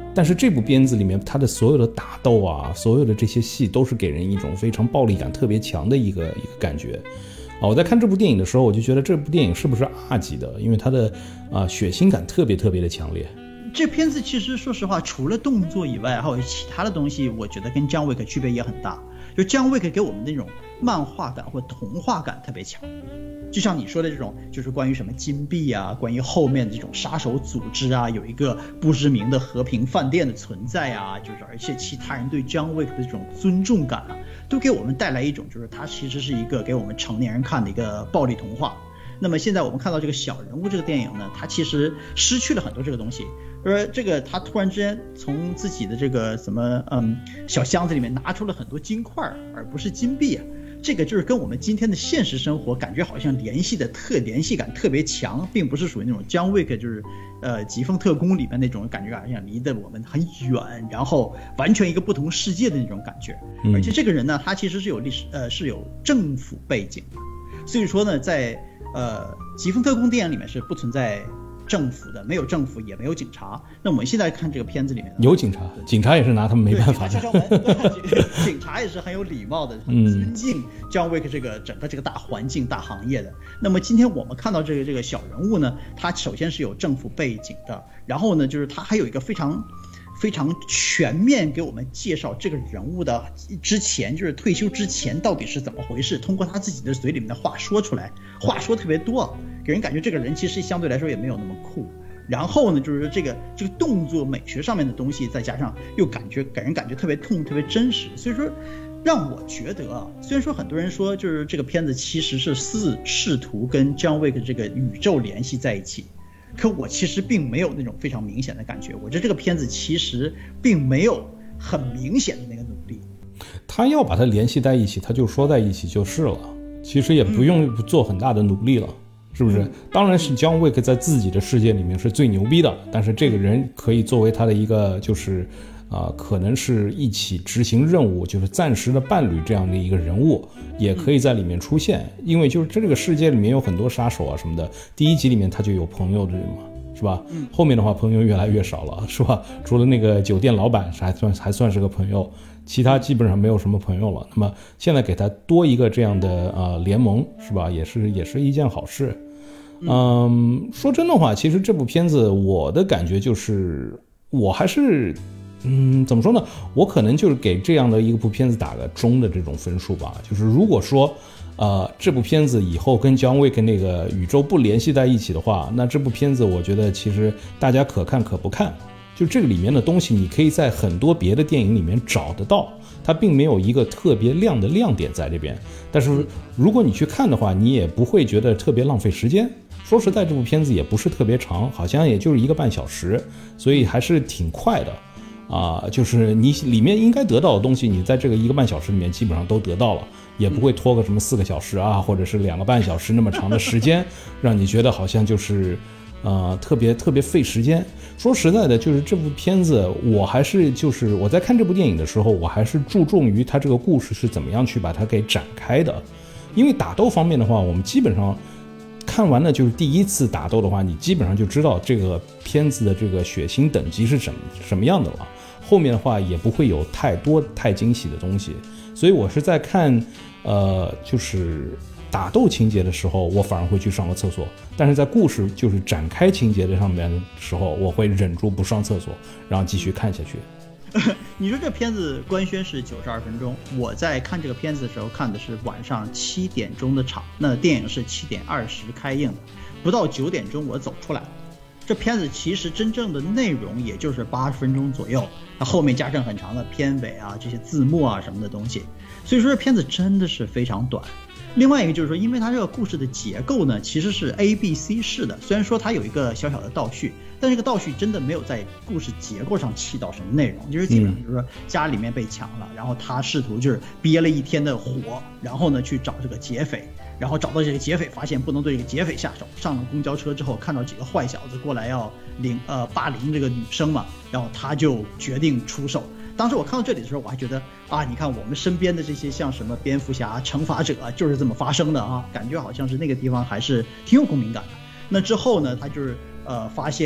[SPEAKER 1] 但是这部片子里面他的所有的打斗啊，所有的这些戏都是给人一种非常暴力感特别强的一个感觉。我在看这部电影的时候，我就觉得这部电影是不是R级的，因为它的血腥感特别的强烈。
[SPEAKER 2] 这片子其实说实话，除了动作以外，还有其他的东西，我觉得跟姜维克区别也很大。就姜维克给我们那种漫画感或童话感特别强，就像你说的这种，就是关于什么金币啊，关于后面的这种杀手组织啊，有一个不知名的和平饭店的存在啊，就是而且其他人对姜维克的这种尊重感啊，都给我们带来一种就是它其实是一个给我们成年人看的一个暴力童话。那么现在我们看到这个小人物这个电影呢，它其实失去了很多这个东西，说这个他突然之间从自己的这个什么小箱子里面拿出了很多金块，而不是金币啊。这个就是跟我们今天的现实生活感觉好像联系感特别强，并不是属于那种姜维克就是疾风特工里面那种感觉，好像离得我们很远，然后完全一个不同世界的那种感觉。而且这个人呢，他其实是有是有政府背景的，所以说呢，在疾风特工电影里面是不存在政府的，没有政府也没有警察。那我们现在看这个片子里面
[SPEAKER 1] 有警察，警察也是拿他们没办法的。
[SPEAKER 2] 警察也是很有礼貌的，很尊敬姜维克这个整个这个大环境大行业的。那么今天我们看到这个小人物呢，他首先是有政府背景的，然后呢就是他还有一个非常全面给我们介绍这个人物的之前，就是退休之前到底是怎么回事，通过他自己的嘴里面的话说出来，话说特别多，给人感觉这个人其实相对来说也没有那么酷。然后呢就是这个动作美学上面的东西，再加上又给人感觉特别痛特别真实，所以说让我觉得啊，虽然说很多人说就是这个片子其实是试图跟姜维克这个宇宙联系在一起，可我其实并没有那种非常明显的感觉，我觉得这个片子其实并没有很明显的那个努力。
[SPEAKER 1] 他要把它联系在一起，他就说在一起就是了，其实也不用做很大的努力了，是不是？当然是姜维克在自己的世界里面是最牛逼的，但是这个人可以作为他的一个就是可能是一起执行任务，就是暂时的伴侣这样的一个人物，也可以在里面出现。因为就是这个世界里面有很多杀手啊什么的，第一集里面他就有朋友的人嘛，是吧？后面的话朋友越来越少了，是吧？除了那个酒店老板还算是个朋友，其他基本上没有什么朋友了。那么现在给他多一个这样的联盟，是吧？也是一件好事。说真的话，其实这部片子我的感觉就是我还是怎么说呢？我可能就是给这样的一部片子打个中的这种分数吧。就是如果说，这部片子以后跟姜维克那个宇宙不联系在一起的话，那这部片子我觉得其实大家可看可不看。就这个里面的东西，你可以在很多别的电影里面找得到，它并没有一个特别亮的亮点在这边。但是如果你去看的话，你也不会觉得特别浪费时间。说实在，这部片子也不是特别长，好像也就是1个半小时，所以还是挺快的。就是你里面应该得到的东西，你在这个1个半小时里面基本上都得到了，也不会拖个什么4个小时啊，或者是2个半小时那么长的时间，让你觉得好像就是特别费时间。说实在的，就是这部片子，我还是就是我在看这部电影的时候，我还是注重于它这个故事是怎么样去把它给展开的。因为打斗方面的话，我们基本上看完了就是第一次打斗的话，你基本上就知道这个片子的这个血腥等级是什么样的了。后面的话也不会有太惊喜的东西，所以我是在看就是打斗情节的时候，我反而会去上个厕所，但是在故事就是展开情节的上面的时候，我会忍住不上厕所，然后继续看下去。
[SPEAKER 2] 你说这片子官宣是92分钟，我在看这个片子的时候看的是晚上7点钟的场，那电影是7点20开映的，不到9点钟我走出来了。这片子其实真正的内容也就是80分钟左右，那后面加上很长的片尾啊，这些字幕啊什么的东西，所以说这片子真的是非常短。另外一个就是说，因为它这个故事的结构呢，其实是 ABC 式的，虽然说它有一个小小的倒叙，但这个倒叙真的没有在故事结构上起到什么内容，就是基本上就是说家里面被抢了，然后他试图就是憋了一天的火，然后呢去找这个劫匪，然后找到这个劫匪，发现不能对这个劫匪下手，上了公交车之后看到几个坏小子过来要霸凌这个女生嘛，然后他就决定出手。当时我看到这里的时候，我还觉得你看我们身边的这些像什么蝙蝠侠、惩罚者就是这么发生的啊，感觉好像是那个地方还是挺有共鸣感的。那之后呢，他就是发现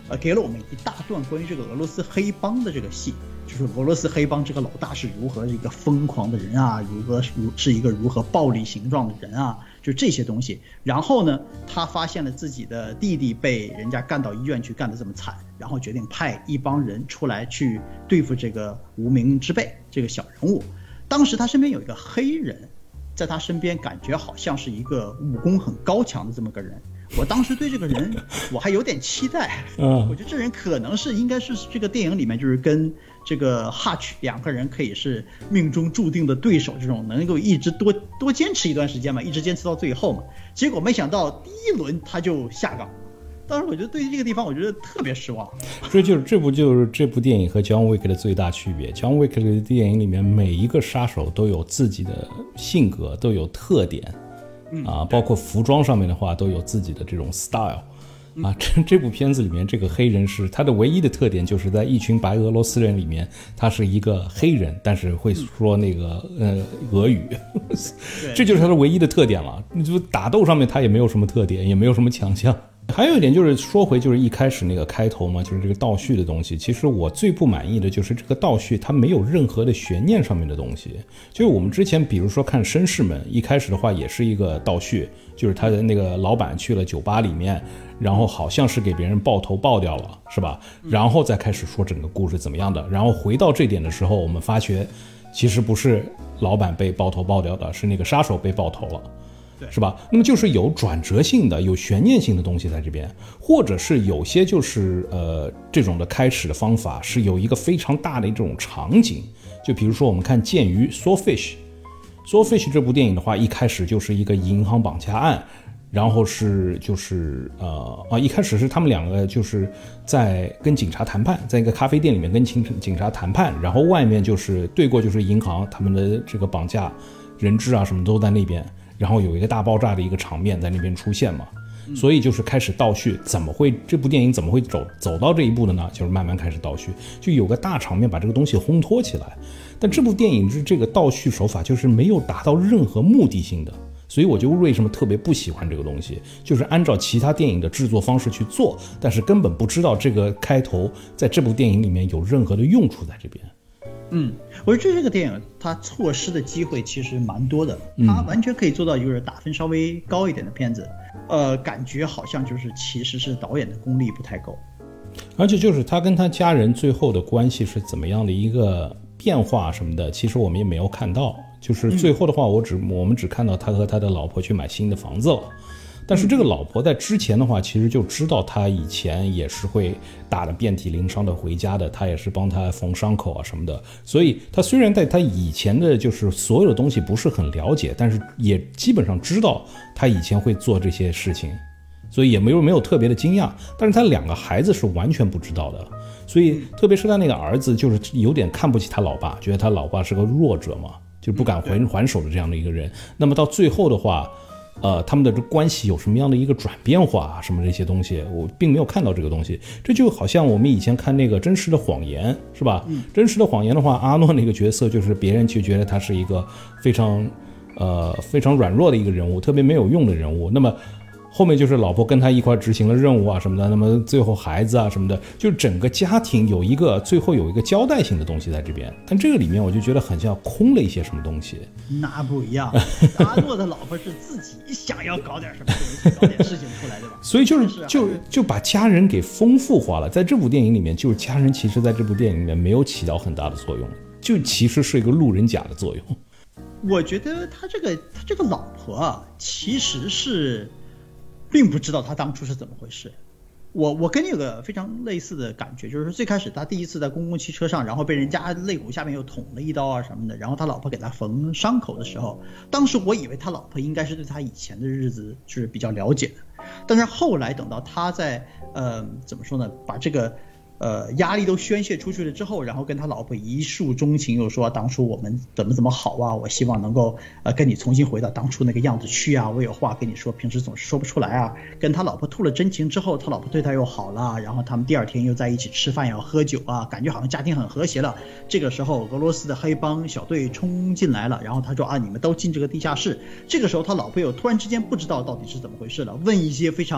[SPEAKER 2] 给了我们一大段关于这个俄罗斯黑帮的这个戏，就是俄罗斯黑帮这个老大是如何一个疯狂的人啊，是一个如何暴力形状的人啊，就这些东西。然后呢，他发现了自己的弟弟被人家干到医院去，干得这么惨，然后决定派一帮人出来去对付这个无名之辈这个小人物。当时他身边有一个黑人，在他身边感觉好像是一个武功很高强的这么个人。我当时对这个人我还有点期待，我觉得这人可能应该是这个电影里面就是跟这个 Hutch 两个人可以是命中注定的对手，这种能够一直多坚持一段时间嘛，一直坚持到最后嘛。结果没想到第一轮他就下岗，当时我觉得对于这个地方我觉得特别失望。
[SPEAKER 1] 所以就是这部电影和 John Wick 的最大区别。John Wick 的电影里面每一个杀手都有自己的性格，都有特点。包括服装上面的话都有自己的这种 style 啊。这部片子里面这个黑人是他的唯一的特点，就是在一群白俄罗斯人里面他是一个黑人，但是会说那个俄语这就是他的唯一的特点了。你就打斗上面他也没有什么特点，也没有什么强项。还有一点就是说回就是一开始那个开头嘛，就是这个倒叙的东西，其实我最不满意的就是这个倒叙它没有任何的悬念上面的东西。就是我们之前比如说看绅士们，一开始的话也是一个倒叙，就是他的那个老板去了酒吧里面，然后好像是给别人爆头爆掉了，是吧？然后再开始说整个故事怎么样的，然后回到这点的时候，我们发觉其实不是老板被爆头爆掉的，是那个杀手被爆头了，是吧？那么就是有转折性的、有悬念性的东西在这边，或者是有些就是这种的开始的方法是有一个非常大的一种场景，就比如说我们看剑鱼 Swordfish 这部电影的话，一开始就是一个银行绑架案，然后一开始是他们两个就是在跟警察谈判，在一个咖啡店里面跟警察谈判，然后外面就是对过就是银行，他们的这个绑架人质啊什么都在那边。然后有一个大爆炸的一个场面在那边出现嘛，所以就是开始倒叙，这部电影怎么会走到这一步的呢？就是慢慢开始倒叙，就有个大场面把这个东西烘托起来。但这部电影是这个倒叙手法就是没有达到任何目的性的，所以我就为什么特别不喜欢这个东西，就是按照其他电影的制作方式去做，但是根本不知道这个开头在这部电影里面有任何的用处在这边。
[SPEAKER 2] 我觉得这个电影它错失的机会其实蛮多的，它完全可以做到就是打分稍微高一点的片子，感觉好像就是其实是导演的功力不太够，
[SPEAKER 1] 而且就是他跟他家人最后的关系是怎么样的一个变化什么的，其实我们也没有看到。就是最后的话，我们只看到他和他的老婆去买新的房子了。但是这个老婆在之前的话其实就知道他以前也是会打得遍体鳞伤的回家的，他也是帮他缝伤口啊什么的，所以他虽然在他以前的就是所有的东西不是很了解，但是也基本上知道他以前会做这些事情，所以也没有特别的惊讶。但是他两个孩子是完全不知道的，所以特别是他那个儿子就是有点看不起他老爸，觉得他老爸是个弱者嘛，就不敢还手的这样的一个人。那么到最后的话他们的这关系有什么样的一个转变化啊，什么这些东西我并没有看到这个东西。这就好像我们以前看那个真实的谎言，是吧？真实的谎言的话，阿诺那个角色就是别人就觉得他是一个非常软弱的一个人物，特别没有用的人物。那么后面就是老婆跟他一块执行了任务啊什么的，那么最后孩子啊什么的，就整个家庭最后有一个交代性的东西在这边。但这个里面我就觉得很像空了一些什么东西。
[SPEAKER 2] 那不一样，阿诺的老婆是自己想要搞点什么东西，搞点事情出来，对吧？
[SPEAKER 1] 所以就把家人给丰富化了。在这部电影里面，就是家人其实在这部电影里面没有起到很大的作用，就其实是一个路人甲的作用。
[SPEAKER 2] 我觉得他这个老婆啊，其实是并不知道他当初是怎么回事。我跟你有个非常类似的感觉，就是最开始他第一次在公共汽车上，然后被人家肋骨下面又捅了一刀啊什么的，然后他老婆给他缝伤口的时候，当时我以为他老婆应该是对他以前的日子是比较了解的，但是后来等到他在怎么说呢，把这个压力都宣泄出去了之后，然后跟他老婆一诉衷情，又说当初我们怎么好啊，我希望能够跟你重新回到当初那个样子去啊，我有话跟你说，平时总是说不出来啊。跟他老婆吐了真情之后，他老婆对他又好了，然后他们第二天又在一起吃饭要喝酒啊，感觉好像家庭很和谐了。这个时候俄罗斯的黑帮小队冲进来了，然后他说啊，你们都进这个地下室。这个时候他老婆又突然之间不知道到底是怎么回事了，问一些非常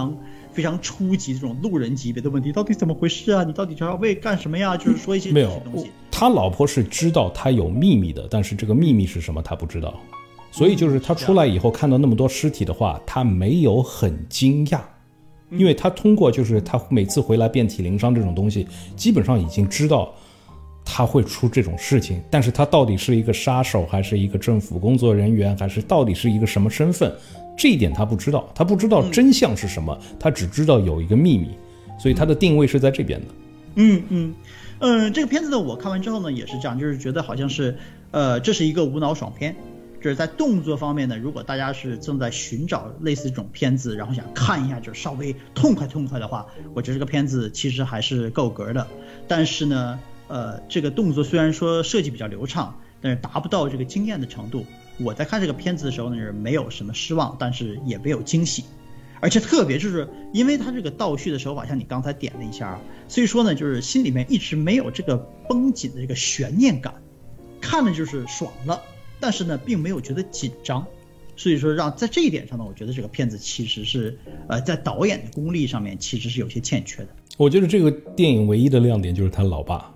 [SPEAKER 2] 非常初级这种路人级别的问题，到底怎么回事啊？你到底要为干什么呀？就是说一些
[SPEAKER 1] 没有
[SPEAKER 2] 东西。
[SPEAKER 1] 他老婆是知道他有秘密的，但是这个秘密是什么他不知道，所以就是他出来以后看到那么多尸体的话，他没有很惊讶。因为他通过就是他每次回来遍体鳞伤这种东西，基本上已经知道他会出这种事情，但是他到底是一个杀手，还是一个政府工作人员，还是到底是一个什么身份，这一点他不知道，他不知道真相是什么，他只知道有一个秘密，所以他的定位是在这边的。
[SPEAKER 2] 这个片子呢，我看完之后呢也是这样，就是觉得好像是这是一个无脑爽片。就是在动作方面呢，如果大家是正在寻找类似这种片子，然后想看一下就是稍微痛快的话，我觉得这个片子其实还是够格的。但是呢，这个动作虽然说设计比较流畅，但是达不到这个惊艳的程度。我在看这个片子的时候呢，是没有什么失望，但是也没有惊喜。而且特别就是因为它这个倒叙的手法，像你刚才点了一下，所以说呢，就是心里面一直没有这个绷紧的这个悬念感，看了就是爽了。但是呢，并没有觉得紧张，所以说在这一点上呢，我觉得这个片子其实是在导演的功力上面其实是有些欠缺的。
[SPEAKER 1] 我觉得这个电影唯一的亮点就是他老爸。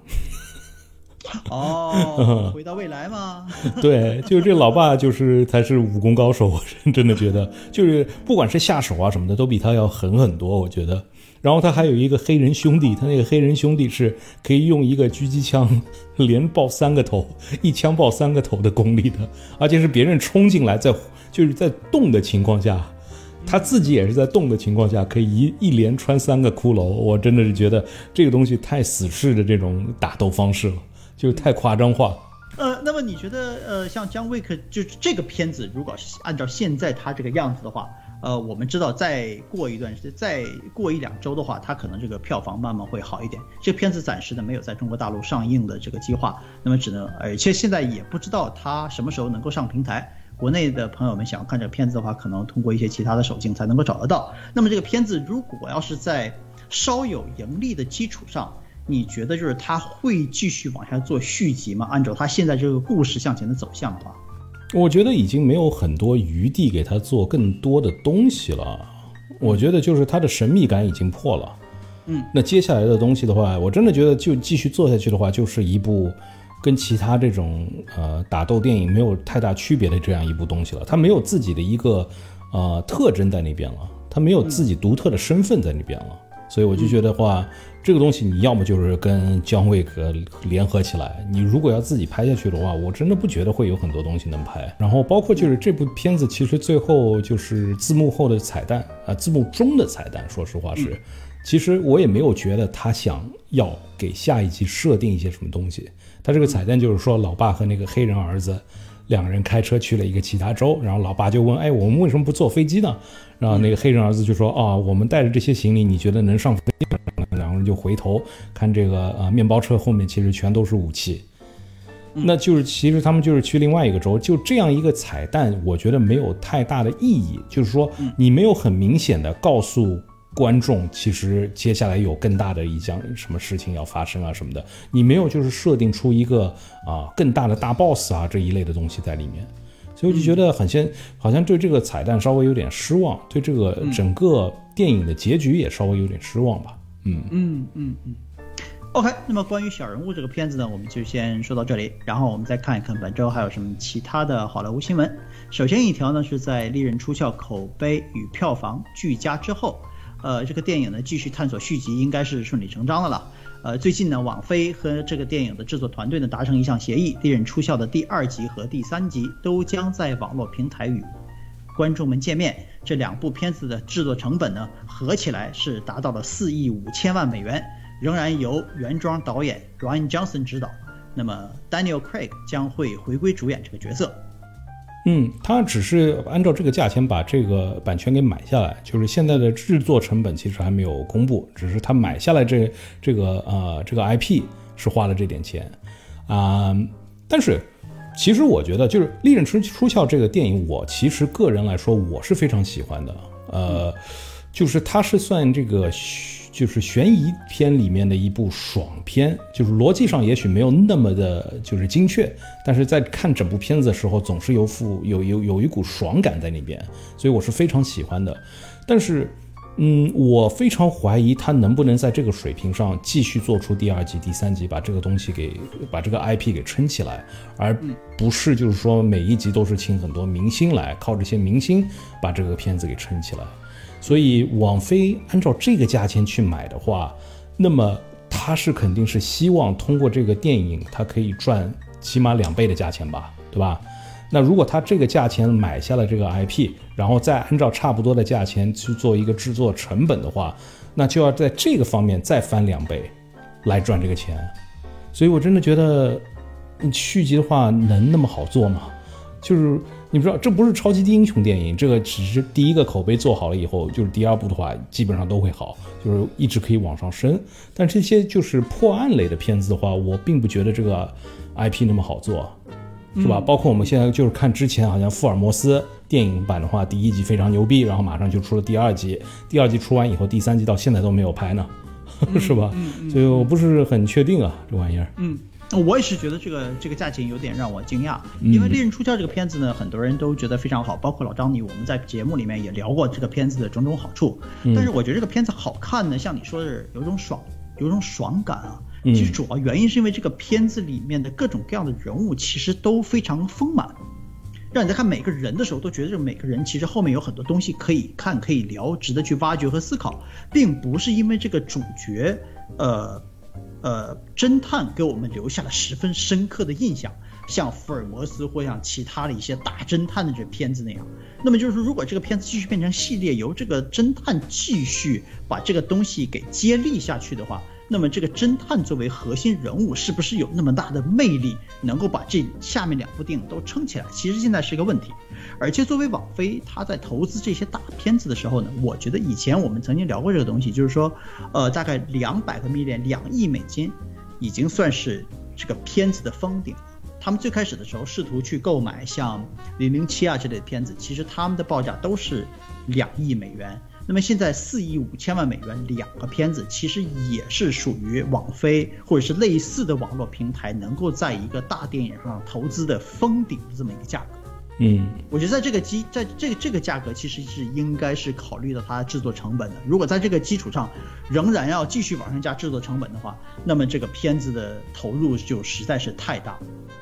[SPEAKER 2] 回到未来吗？
[SPEAKER 1] 对，就是这个老爸才是武功高手，我真的觉得就是不管是下手啊什么的都比他要狠很多，我觉得。然后他还有一个黑人兄弟，他那个黑人兄弟是可以用一个狙击枪连爆3个头，一枪爆3个头的功力的，而且是别人冲进来就是在动的情况下，他自己也是在动的情况下可以一连穿3个骷髅。我真的是觉得这个东西太死士的这种打斗方式了，就太夸张化。
[SPEAKER 2] 那么你觉得像姜维克就这个片子，如果是按照现在他这个样子的话，我们知道再过1-2周的话，它可能这个票房慢慢会好一点。这个片子暂时的没有在中国大陆上映的这个计划，那么而且现在也不知道它什么时候能够上平台。国内的朋友们想要看这个片子的话，可能通过一些其他的手径才能够找得到。那么这个片子如果要是在稍有盈利的基础上，你觉得就是它会继续往下做续集吗？按照它现在这个故事向前的走向的话，
[SPEAKER 1] 我觉得已经没有很多余地给他做更多的东西了。我觉得就是他的神秘感已经破了。那接下来的东西的话，我真的觉得就继续做下去的话，就是一部跟其他这种打斗电影没有太大区别的这样一部东西了。他没有自己的一个特征在那边了，他没有自己独特的身份在那边了。所以我就觉得话，这个东西你要么就是跟姜维克联合起来，你如果要自己拍下去的话，我真的不觉得会有很多东西能拍。然后包括就是这部片子其实最后就是字幕后的彩蛋字幕中的彩蛋，说实话是其实我也没有觉得他想要给下一集设定一些什么东西。他这个彩蛋就是说老爸和那个黑人儿子2个人开车去了一个其他州，然后老爸就问，我们为什么不坐飞机呢？然后那个黑人儿子就说，我们带着这些行李，你觉得能上飞机吗？两个人就回头看这个面包车后面其实全都是武器。那就是其实他们就是去另外一个州，就这样一个彩蛋，我觉得没有太大的意义。就是说你没有很明显的告诉观众其实接下来有更大的一项什么事情要发生啊什么的，你没有就是设定出一个更大的大 boss 这一类的东西在里面。所以我就觉得好像对这个彩蛋稍微有点失望，对这个整个电影的结局也稍微有点失望吧。
[SPEAKER 2] OK， 那么关于小人物这个片子呢，我们就先说到这里，然后我们再看一看本周还有什么其他的好莱坞新闻。首先一条呢是在《利刃出鞘》口碑与票房俱佳之后，这个电影呢继续探索续集应该是顺理成章的了。最近呢，网飞和这个电影的制作团队呢达成一项协议，《利刃出鞘》的第2集和第3集都将在网络平台与观众们见面。这2部片子的制作成本呢合起来是达到了4亿5千万美元，仍然由原装导演 Rian Johnson 执导。那么 Daniel Craig 将会回归主演这个角色。
[SPEAKER 1] 他只是按照这个价钱把这个版权给买下来，就是现在的制作成本其实还没有公布，只是他买下来这个 IP 是花了这点钱但是其实我觉得就是《利刃出鞘》这个电影，我其实个人来说我是非常喜欢的。就是它是算这个就是悬疑片里面的一部爽片，就是逻辑上也许没有那么的就是精确，但是在看整部片子的时候总是有一股爽感在那边，所以我是非常喜欢的。但是我非常怀疑他能不能在这个水平上继续做出第2季、第3季，把这个东西把这个 IP 给撑起来，而不是就是说每一集都是请很多明星来，靠这些明星把这个片子给撑起来。所以网飞按照这个价钱去买的话，那么他是肯定是希望通过这个电影，他可以赚起码2倍的价钱吧，对吧？那如果他这个价钱买下了这个 IP， 然后再按照差不多的价钱去做一个制作成本的话，那就要在这个方面再翻2倍来赚这个钱。所以我真的觉得续集的话能那么好做吗？就是你不知道，这不是超级英雄电影，这个只是第一个口碑做好了以后，就是第2部的话基本上都会好，就是一直可以往上升。但这些就是破案类的片子的话，我并不觉得这个 IP 那么好做，是吧？包括我们现在就是看之前好像福尔摩斯电影版的话，第1集非常牛逼，然后马上就出了第2集，第2集出完以后，第3集到现在都没有拍呢，是吧？所以我不是很确定啊，这玩意儿。
[SPEAKER 2] 我也是觉得这个价钱有点让我惊讶，因为《猎人出鞘》这个片子呢，很多人都觉得非常好，包括老张你，我们在节目里面也聊过这个片子的种种好处。但是我觉得这个片子好看呢，像你说的有种爽感啊。其实主要原因是因为这个片子里面的各种各样的人物其实都非常丰满，让你在看每个人的时候都觉得每个人其实后面有很多东西可以看可以聊，值得去挖掘和思考，并不是因为这个主角侦探给我们留下了十分深刻的印象，像福尔摩斯或像其他的一些大侦探的这片子那样。那么就是说，如果这个片子继续变成系列，由这个侦探继续把这个东西给接力下去的话，那么这个侦探作为核心人物是不是有那么大的魅力，能够把这下面2部电影都撑起来，其实现在是一个问题。而且作为网飞，他在投资这些大片子的时候呢，我觉得以前我们曾经聊过这个东西，就是说大概200个 million，2亿美金已经算是这个片子的封顶。他们最开始的时候试图去购买像007啊这类的片子，其实他们的报价都是2亿美元。那么现在4亿5千万美元2个片子，其实也是属于网飞或者是类似的网络平台能够在一个大电影上投资的封顶的这么一个价格。我觉得在这个价格其实是应该是考虑到它制作成本的。如果在这个基础上仍然要继续往上加制作成本的话，那么这个片子的投入就实在是太大了。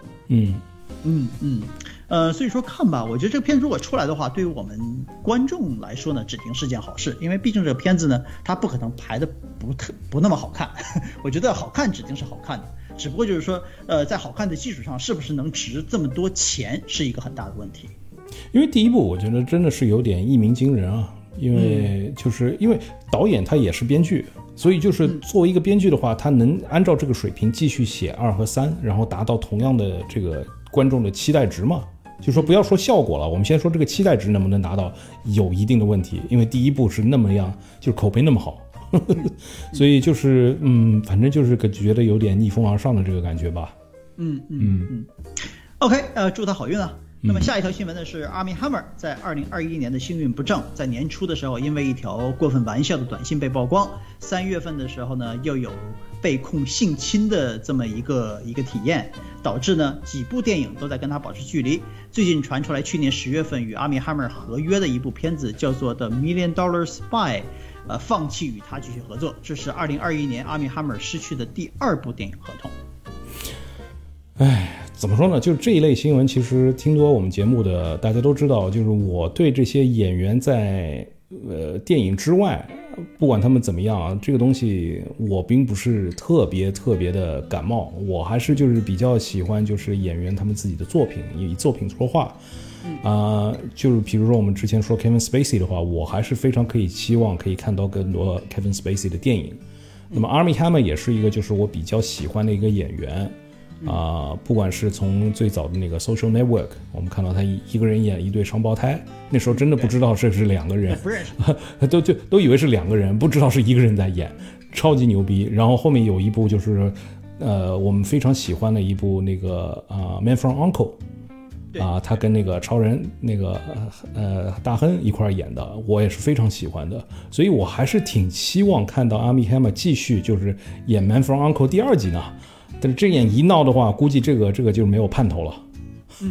[SPEAKER 2] 所以说看吧，我觉得这个片子如果出来的话，对于我们观众来说呢，指定是件好事，因为毕竟这个片子呢，它不可能排的不那么好看。我觉得好看指定是好看的，只不过就是说，在好看的基础上，是不是能值这么多钱，是一个很大的问题。
[SPEAKER 1] 因为第1部我觉得真的是有点一鸣惊人啊，因为导演他也是编剧，所以就是作为一个编剧的话，他能按照这个水平继续写2和3，然后达到同样的这个观众的期待值嘛。就说不要说效果了，我们先说这个期待值能不能达到，有一定的问题，因为第1部是那么样，就是口碑那么好。所以就是反正就是觉得有点逆风而上的这个感觉吧。
[SPEAKER 2] OK， 祝他好运啊。那么下一条新闻呢是 Armie Hammer 在2021年的星运不正，在年初的时候因为一条过分玩笑的短信被曝光，3月份的时候呢又有被控性侵的这么一个体验，导致呢几部电影都在跟他保持距离。最近传出来去年10月份与 Armie Hammer 合约的一部片子叫做 The $1 Million Spy， 放弃与他继续合作，这是2021年 Armie Hammer 失去的第2部电影合同。
[SPEAKER 1] 怎么说呢，就是这一类新闻其实听多我们节目的大家都知道，就是我对这些演员在电影之外不管他们怎么样啊，这个东西我并不是特别的感冒，我还是就是比较喜欢就是演员他们自己的作品，以作品说话。就是比如说我们之前说 Kevin Spacey 的话，我还是非常期望可以看到更多 Kevin Spacey 的电影。那么 Armie Hammer 也是一个就是我比较喜欢的一个演员。不管是从最早的那个 Social Network， 我们看到他一个人演一对双胞胎，那时候真的不知道这是2个人，都以为是2个人，不知道是1个人在演，超级牛逼。然后后面有一部就是我们非常喜欢的一部那个Man from Uncle， 他跟那个超人那个大亨一块演的，我也是非常喜欢的，所以我还是挺希望看到 Armie Hammer 继续就是演 Man from Uncle 第2集呢。但是这样一闹的话，估计这个就没有盼头了。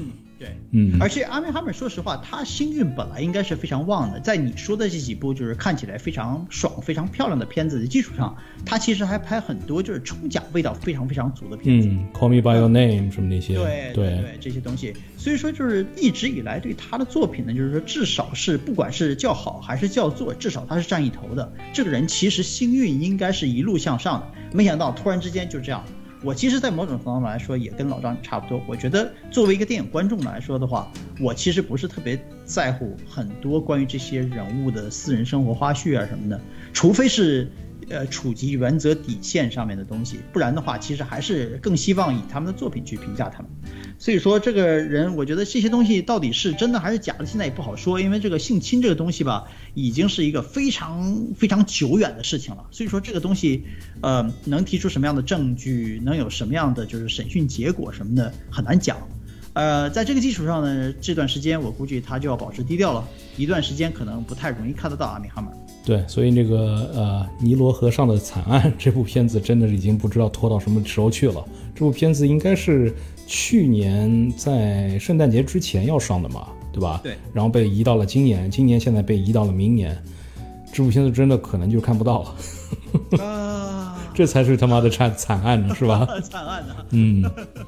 [SPEAKER 2] 对，
[SPEAKER 1] 嗯，
[SPEAKER 2] 而且阿米哈默说实话，他星运本来应该是非常旺的，在你说的这几部就是看起来非常爽、非常漂亮的片子的基础上，他其实还拍很多就是抽奖味道非常非常足的片子
[SPEAKER 1] ，Call Me by Your Name 什么那些，
[SPEAKER 2] 对这些东西，所以说就是一直以来对他的作品呢，就是说至少是不管是叫好还是叫座，至少他是占一头的。这个人其实星运应该是一路向上的，没想到突然之间就这样。我其实在某种程度上来说也跟老张差不多，我觉得作为一个电影观众来说的话，我其实不是特别在乎很多关于这些人物的私人生活花絮啊什么的，除非是处级原则底线上面的东西，不然的话其实还是更希望以他们的作品去评价他们。所以说这个人我觉得这些东西到底是真的还是假的现在也不好说，因为这个性侵这个东西吧已经是一个非常非常久远的事情了，所以说这个东西能提出什么样的证据，能有什么样的就是审讯结果什么的很难讲。在这个基础上呢，这段时间我估计他就要保持低调了，一段时间可能不太容易看得到阿米哈默。
[SPEAKER 1] 对，所以那个尼罗河上的惨案这部片子真的已经不知道拖到什么时候去了。这部片子应该是去年在圣诞节之前要上的嘛，对吧？
[SPEAKER 2] 对。
[SPEAKER 1] 然后被移到了今年，今年现在被移到了明年，这部片子真的可能就看不到了。这才是他妈的惨案呢，是吧？
[SPEAKER 2] 惨案呢。
[SPEAKER 1] 嗯。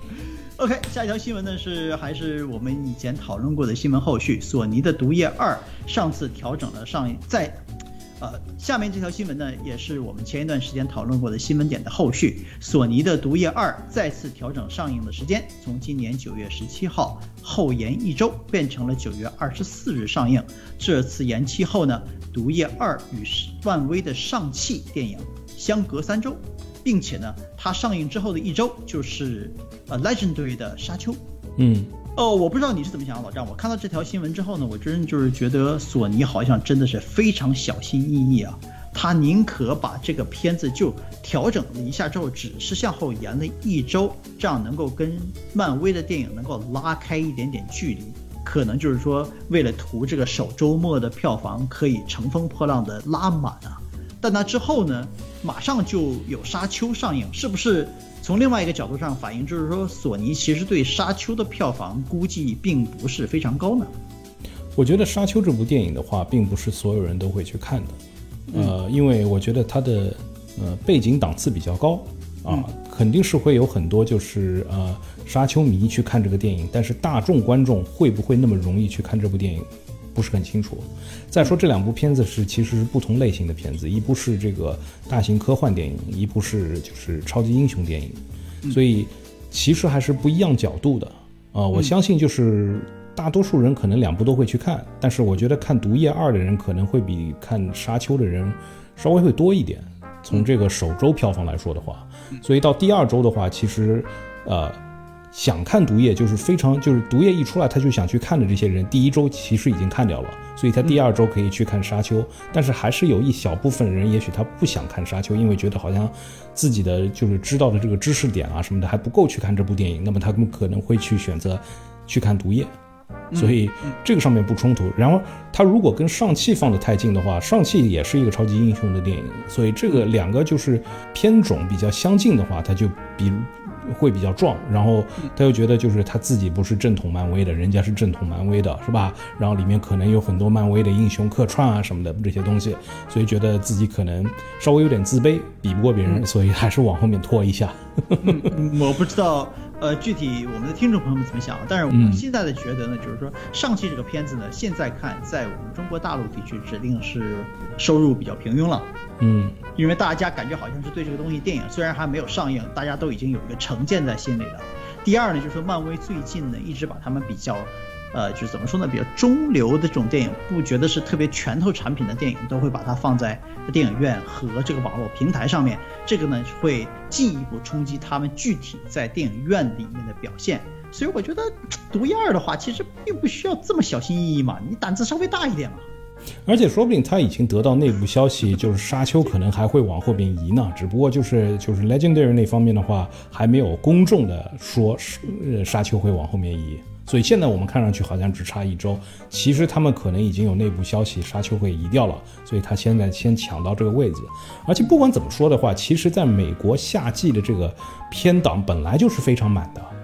[SPEAKER 2] OK， 下一条新闻呢还是我们以前讨论过的新闻后续，索尼的《毒液2》上次调整了下面这条新闻呢也是我们前一段时间讨论过的新闻点的后续，索尼的《毒液2》再次调整上映的时间，从今年9月17号后延1周变成了9月24日上映。这次延期后呢，《毒液2》与漫威的上汽电影相隔3周，并且呢它上映之后的1周就是Legendary 的沙丘。我不知道你是怎么想的，老张。我看到这条新闻之后呢，我真就是觉得索尼好像真的是非常小心翼翼啊，他宁可把这个片子就调整了一下之后，只是向后延了1周，这样能够跟漫威的电影能够拉开一点点距离，可能就是说为了图这个首周末的票房可以乘风破浪的拉满啊。但那之后呢，马上就有沙丘上映，是不是从另外一个角度上反映，就是说索尼其实对沙丘的票房估计并不是非常高呢？
[SPEAKER 1] 我觉得沙丘这部电影的话，并不是所有人都会去看的，因为我觉得它的背景档次比较高啊，肯定是会有很多就是沙丘迷去看这个电影，但是大众观众会不会那么容易去看这部电影？不是很清楚。再说这两部片子其实是不同类型的片子，一部是这个大型科幻电影，一部是就是超级英雄电影，所以其实还是不一样角度的我相信就是大多数人可能两部都会去看，但是我觉得看《毒液2》的人可能会比看《沙丘》的人稍微会多一点，从这个首周票房来说的话，所以到第2周的话，其实想看毒液就是毒液一出来他就想去看的这些人，第1周其实已经看掉了，所以他第2周可以去看沙丘，但是还是有一小部分人也许他不想看沙丘，因为觉得好像自己的就是知道的这个知识点啊什么的还不够去看这部电影，那么他们可能会去选择去看毒液，所以这个上面不冲突。然后他如果跟上汽放得太近的话，上汽也是一个超级英雄的电影，所以这个两个就是片种比较相近的话，他就会比较壮，然后他又觉得就是他自己不是正统漫威的，人家是正统漫威的，是吧？然后里面可能有很多漫威的英雄客串啊什么的这些东西，所以觉得自己可能稍微有点自卑，比不过别人，所以还是往后面拖一下。
[SPEAKER 2] 我不知道具体我们的听众朋友们怎么想，但是我现在的觉得呢，就是说上汽这个片子呢，现在看在我们中国大陆地区指定是收入比较平庸了。因为大家感觉好像是对这个东西电影虽然还没有上映，大家都已经有一个成见在心里了。第二呢，就是说漫威最近呢一直把他们比较就是怎么说呢，比较中流的这种电影，不觉得是特别拳头产品的电影，都会把它放在电影院和这个网络平台上面，这个呢会进一步冲击他们具体在电影院里面的表现。所以我觉得毒液2的话其实并不需要这么小心翼翼嘛，你胆子稍微大一点嘛。
[SPEAKER 1] 而且说不定他已经得到内部消息，就是沙丘可能还会往后边移呢，只不过就是 Legendary 那方面的话还没有公众的说沙丘会往后面移，所以现在我们看上去好像只差1周，其实他们可能已经有内部消息沙丘会移掉了，所以他现在先抢到这个位置。而且不管怎么说的话，其实在美国夏季的这个片档本来就是非常满的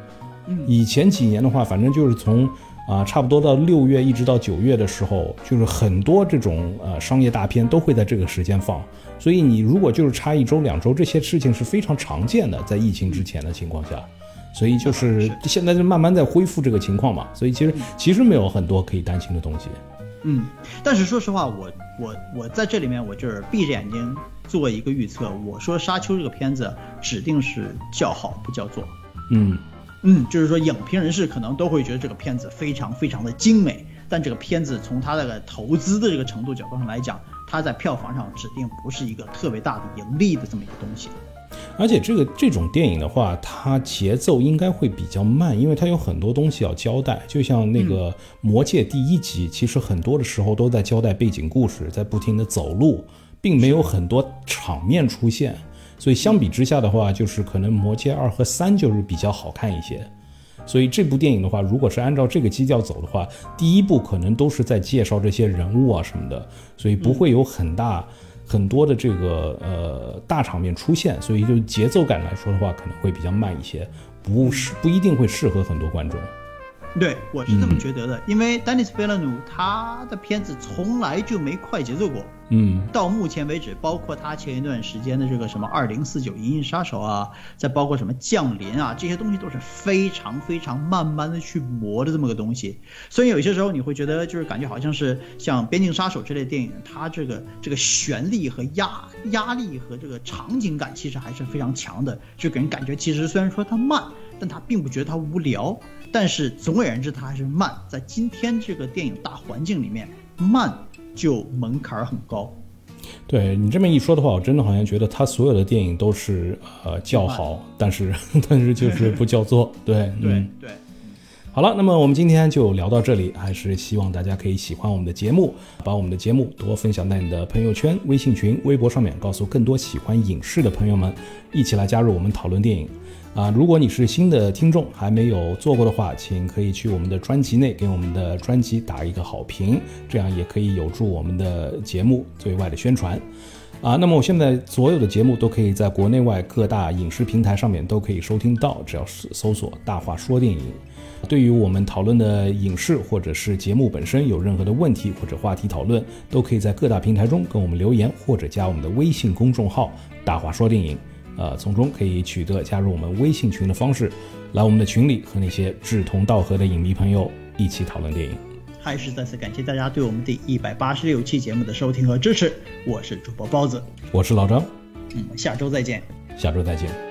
[SPEAKER 1] 以前几年的话，反正就是从差不多到6月一直到9月的时候，就是很多这种商业大片都会在这个时间放，所以你如果就是差1周2周，这些事情是非常常见的，在疫情之前的情况下，所以就是现在就慢慢在恢复这个情况嘛，所以其实没有很多可以担心的东西。
[SPEAKER 2] 但是说实话，我在这里面我就是闭着眼睛做一个预测，我说《沙丘》这个片子指定是叫好不叫座。就是说影评人士可能都会觉得这个片子非常非常的精美，但这个片子从它的投资的这个程度角度上来讲，它在票房上指定不是一个特别大的盈利的这么一个东西。
[SPEAKER 1] 而且这种电影的话，它节奏应该会比较慢，因为它有很多东西要交代。就像那个《魔戒》第1集，其实很多的时候都在交代背景故事，在不停的走路，并没有很多场面出现。所以相比之下的话，就是可能《魔戒2》和3就是比较好看一些。所以这部电影的话，如果是按照这个基调走的话，第一部可能都是在介绍这些人物啊什么的，所以不会有很多的这个大场面出现，所以就节奏感来说的话，可能会比较慢一些，不一定会适合很多观众。
[SPEAKER 2] 对，我是这么觉得的，因为丹尼斯·维勒努他的片子从来就没快节奏过。到目前为止，包括他前一段时间的这个什么2049银翼杀手啊，再包括什么降临啊，这些东西都是非常非常慢慢的去磨的这么个东西。所以有些时候你会觉得就是感觉好像是像边境杀手这类电影，它这个旋律和压力和这个场景感其实还是非常强的，就给人感觉其实虽然说它慢，但它并不觉得它无聊，但是总而言之它还是慢。在今天这个电影大环境里面，慢就门槛很高。
[SPEAKER 1] 对，你这么一说的话，我真的好像觉得他所有的电影都是叫好，但是就是不叫座。对。好了，那么我们今天就聊到这里，还是希望大家可以喜欢我们的节目，把我们的节目多分享在你的朋友圈、微信群、微博上面，告诉更多喜欢影视的朋友们，一起来加入我们讨论电影。如果你是新的听众还没有做过的话，请可以去我们的专辑内给我们的专辑打一个好评，这样也可以有助我们的节目对外的宣传。那么我现在所有的节目都可以在国内外各大影视平台上面都可以收听到，只要搜索大话说电影。对于我们讨论的影视或者是节目本身有任何的问题或者话题讨论，都可以在各大平台中跟我们留言，或者加我们的微信公众号大话说电影，从中可以取得加入我们微信群的方式，来我们的群里和那些志同道合的影迷朋友一起讨论电影。
[SPEAKER 2] 还是再次感谢大家对我们第186期节目的收听和支持，我是主播包子，
[SPEAKER 1] 我是老张，
[SPEAKER 2] 下周再见。
[SPEAKER 1] 下周再见。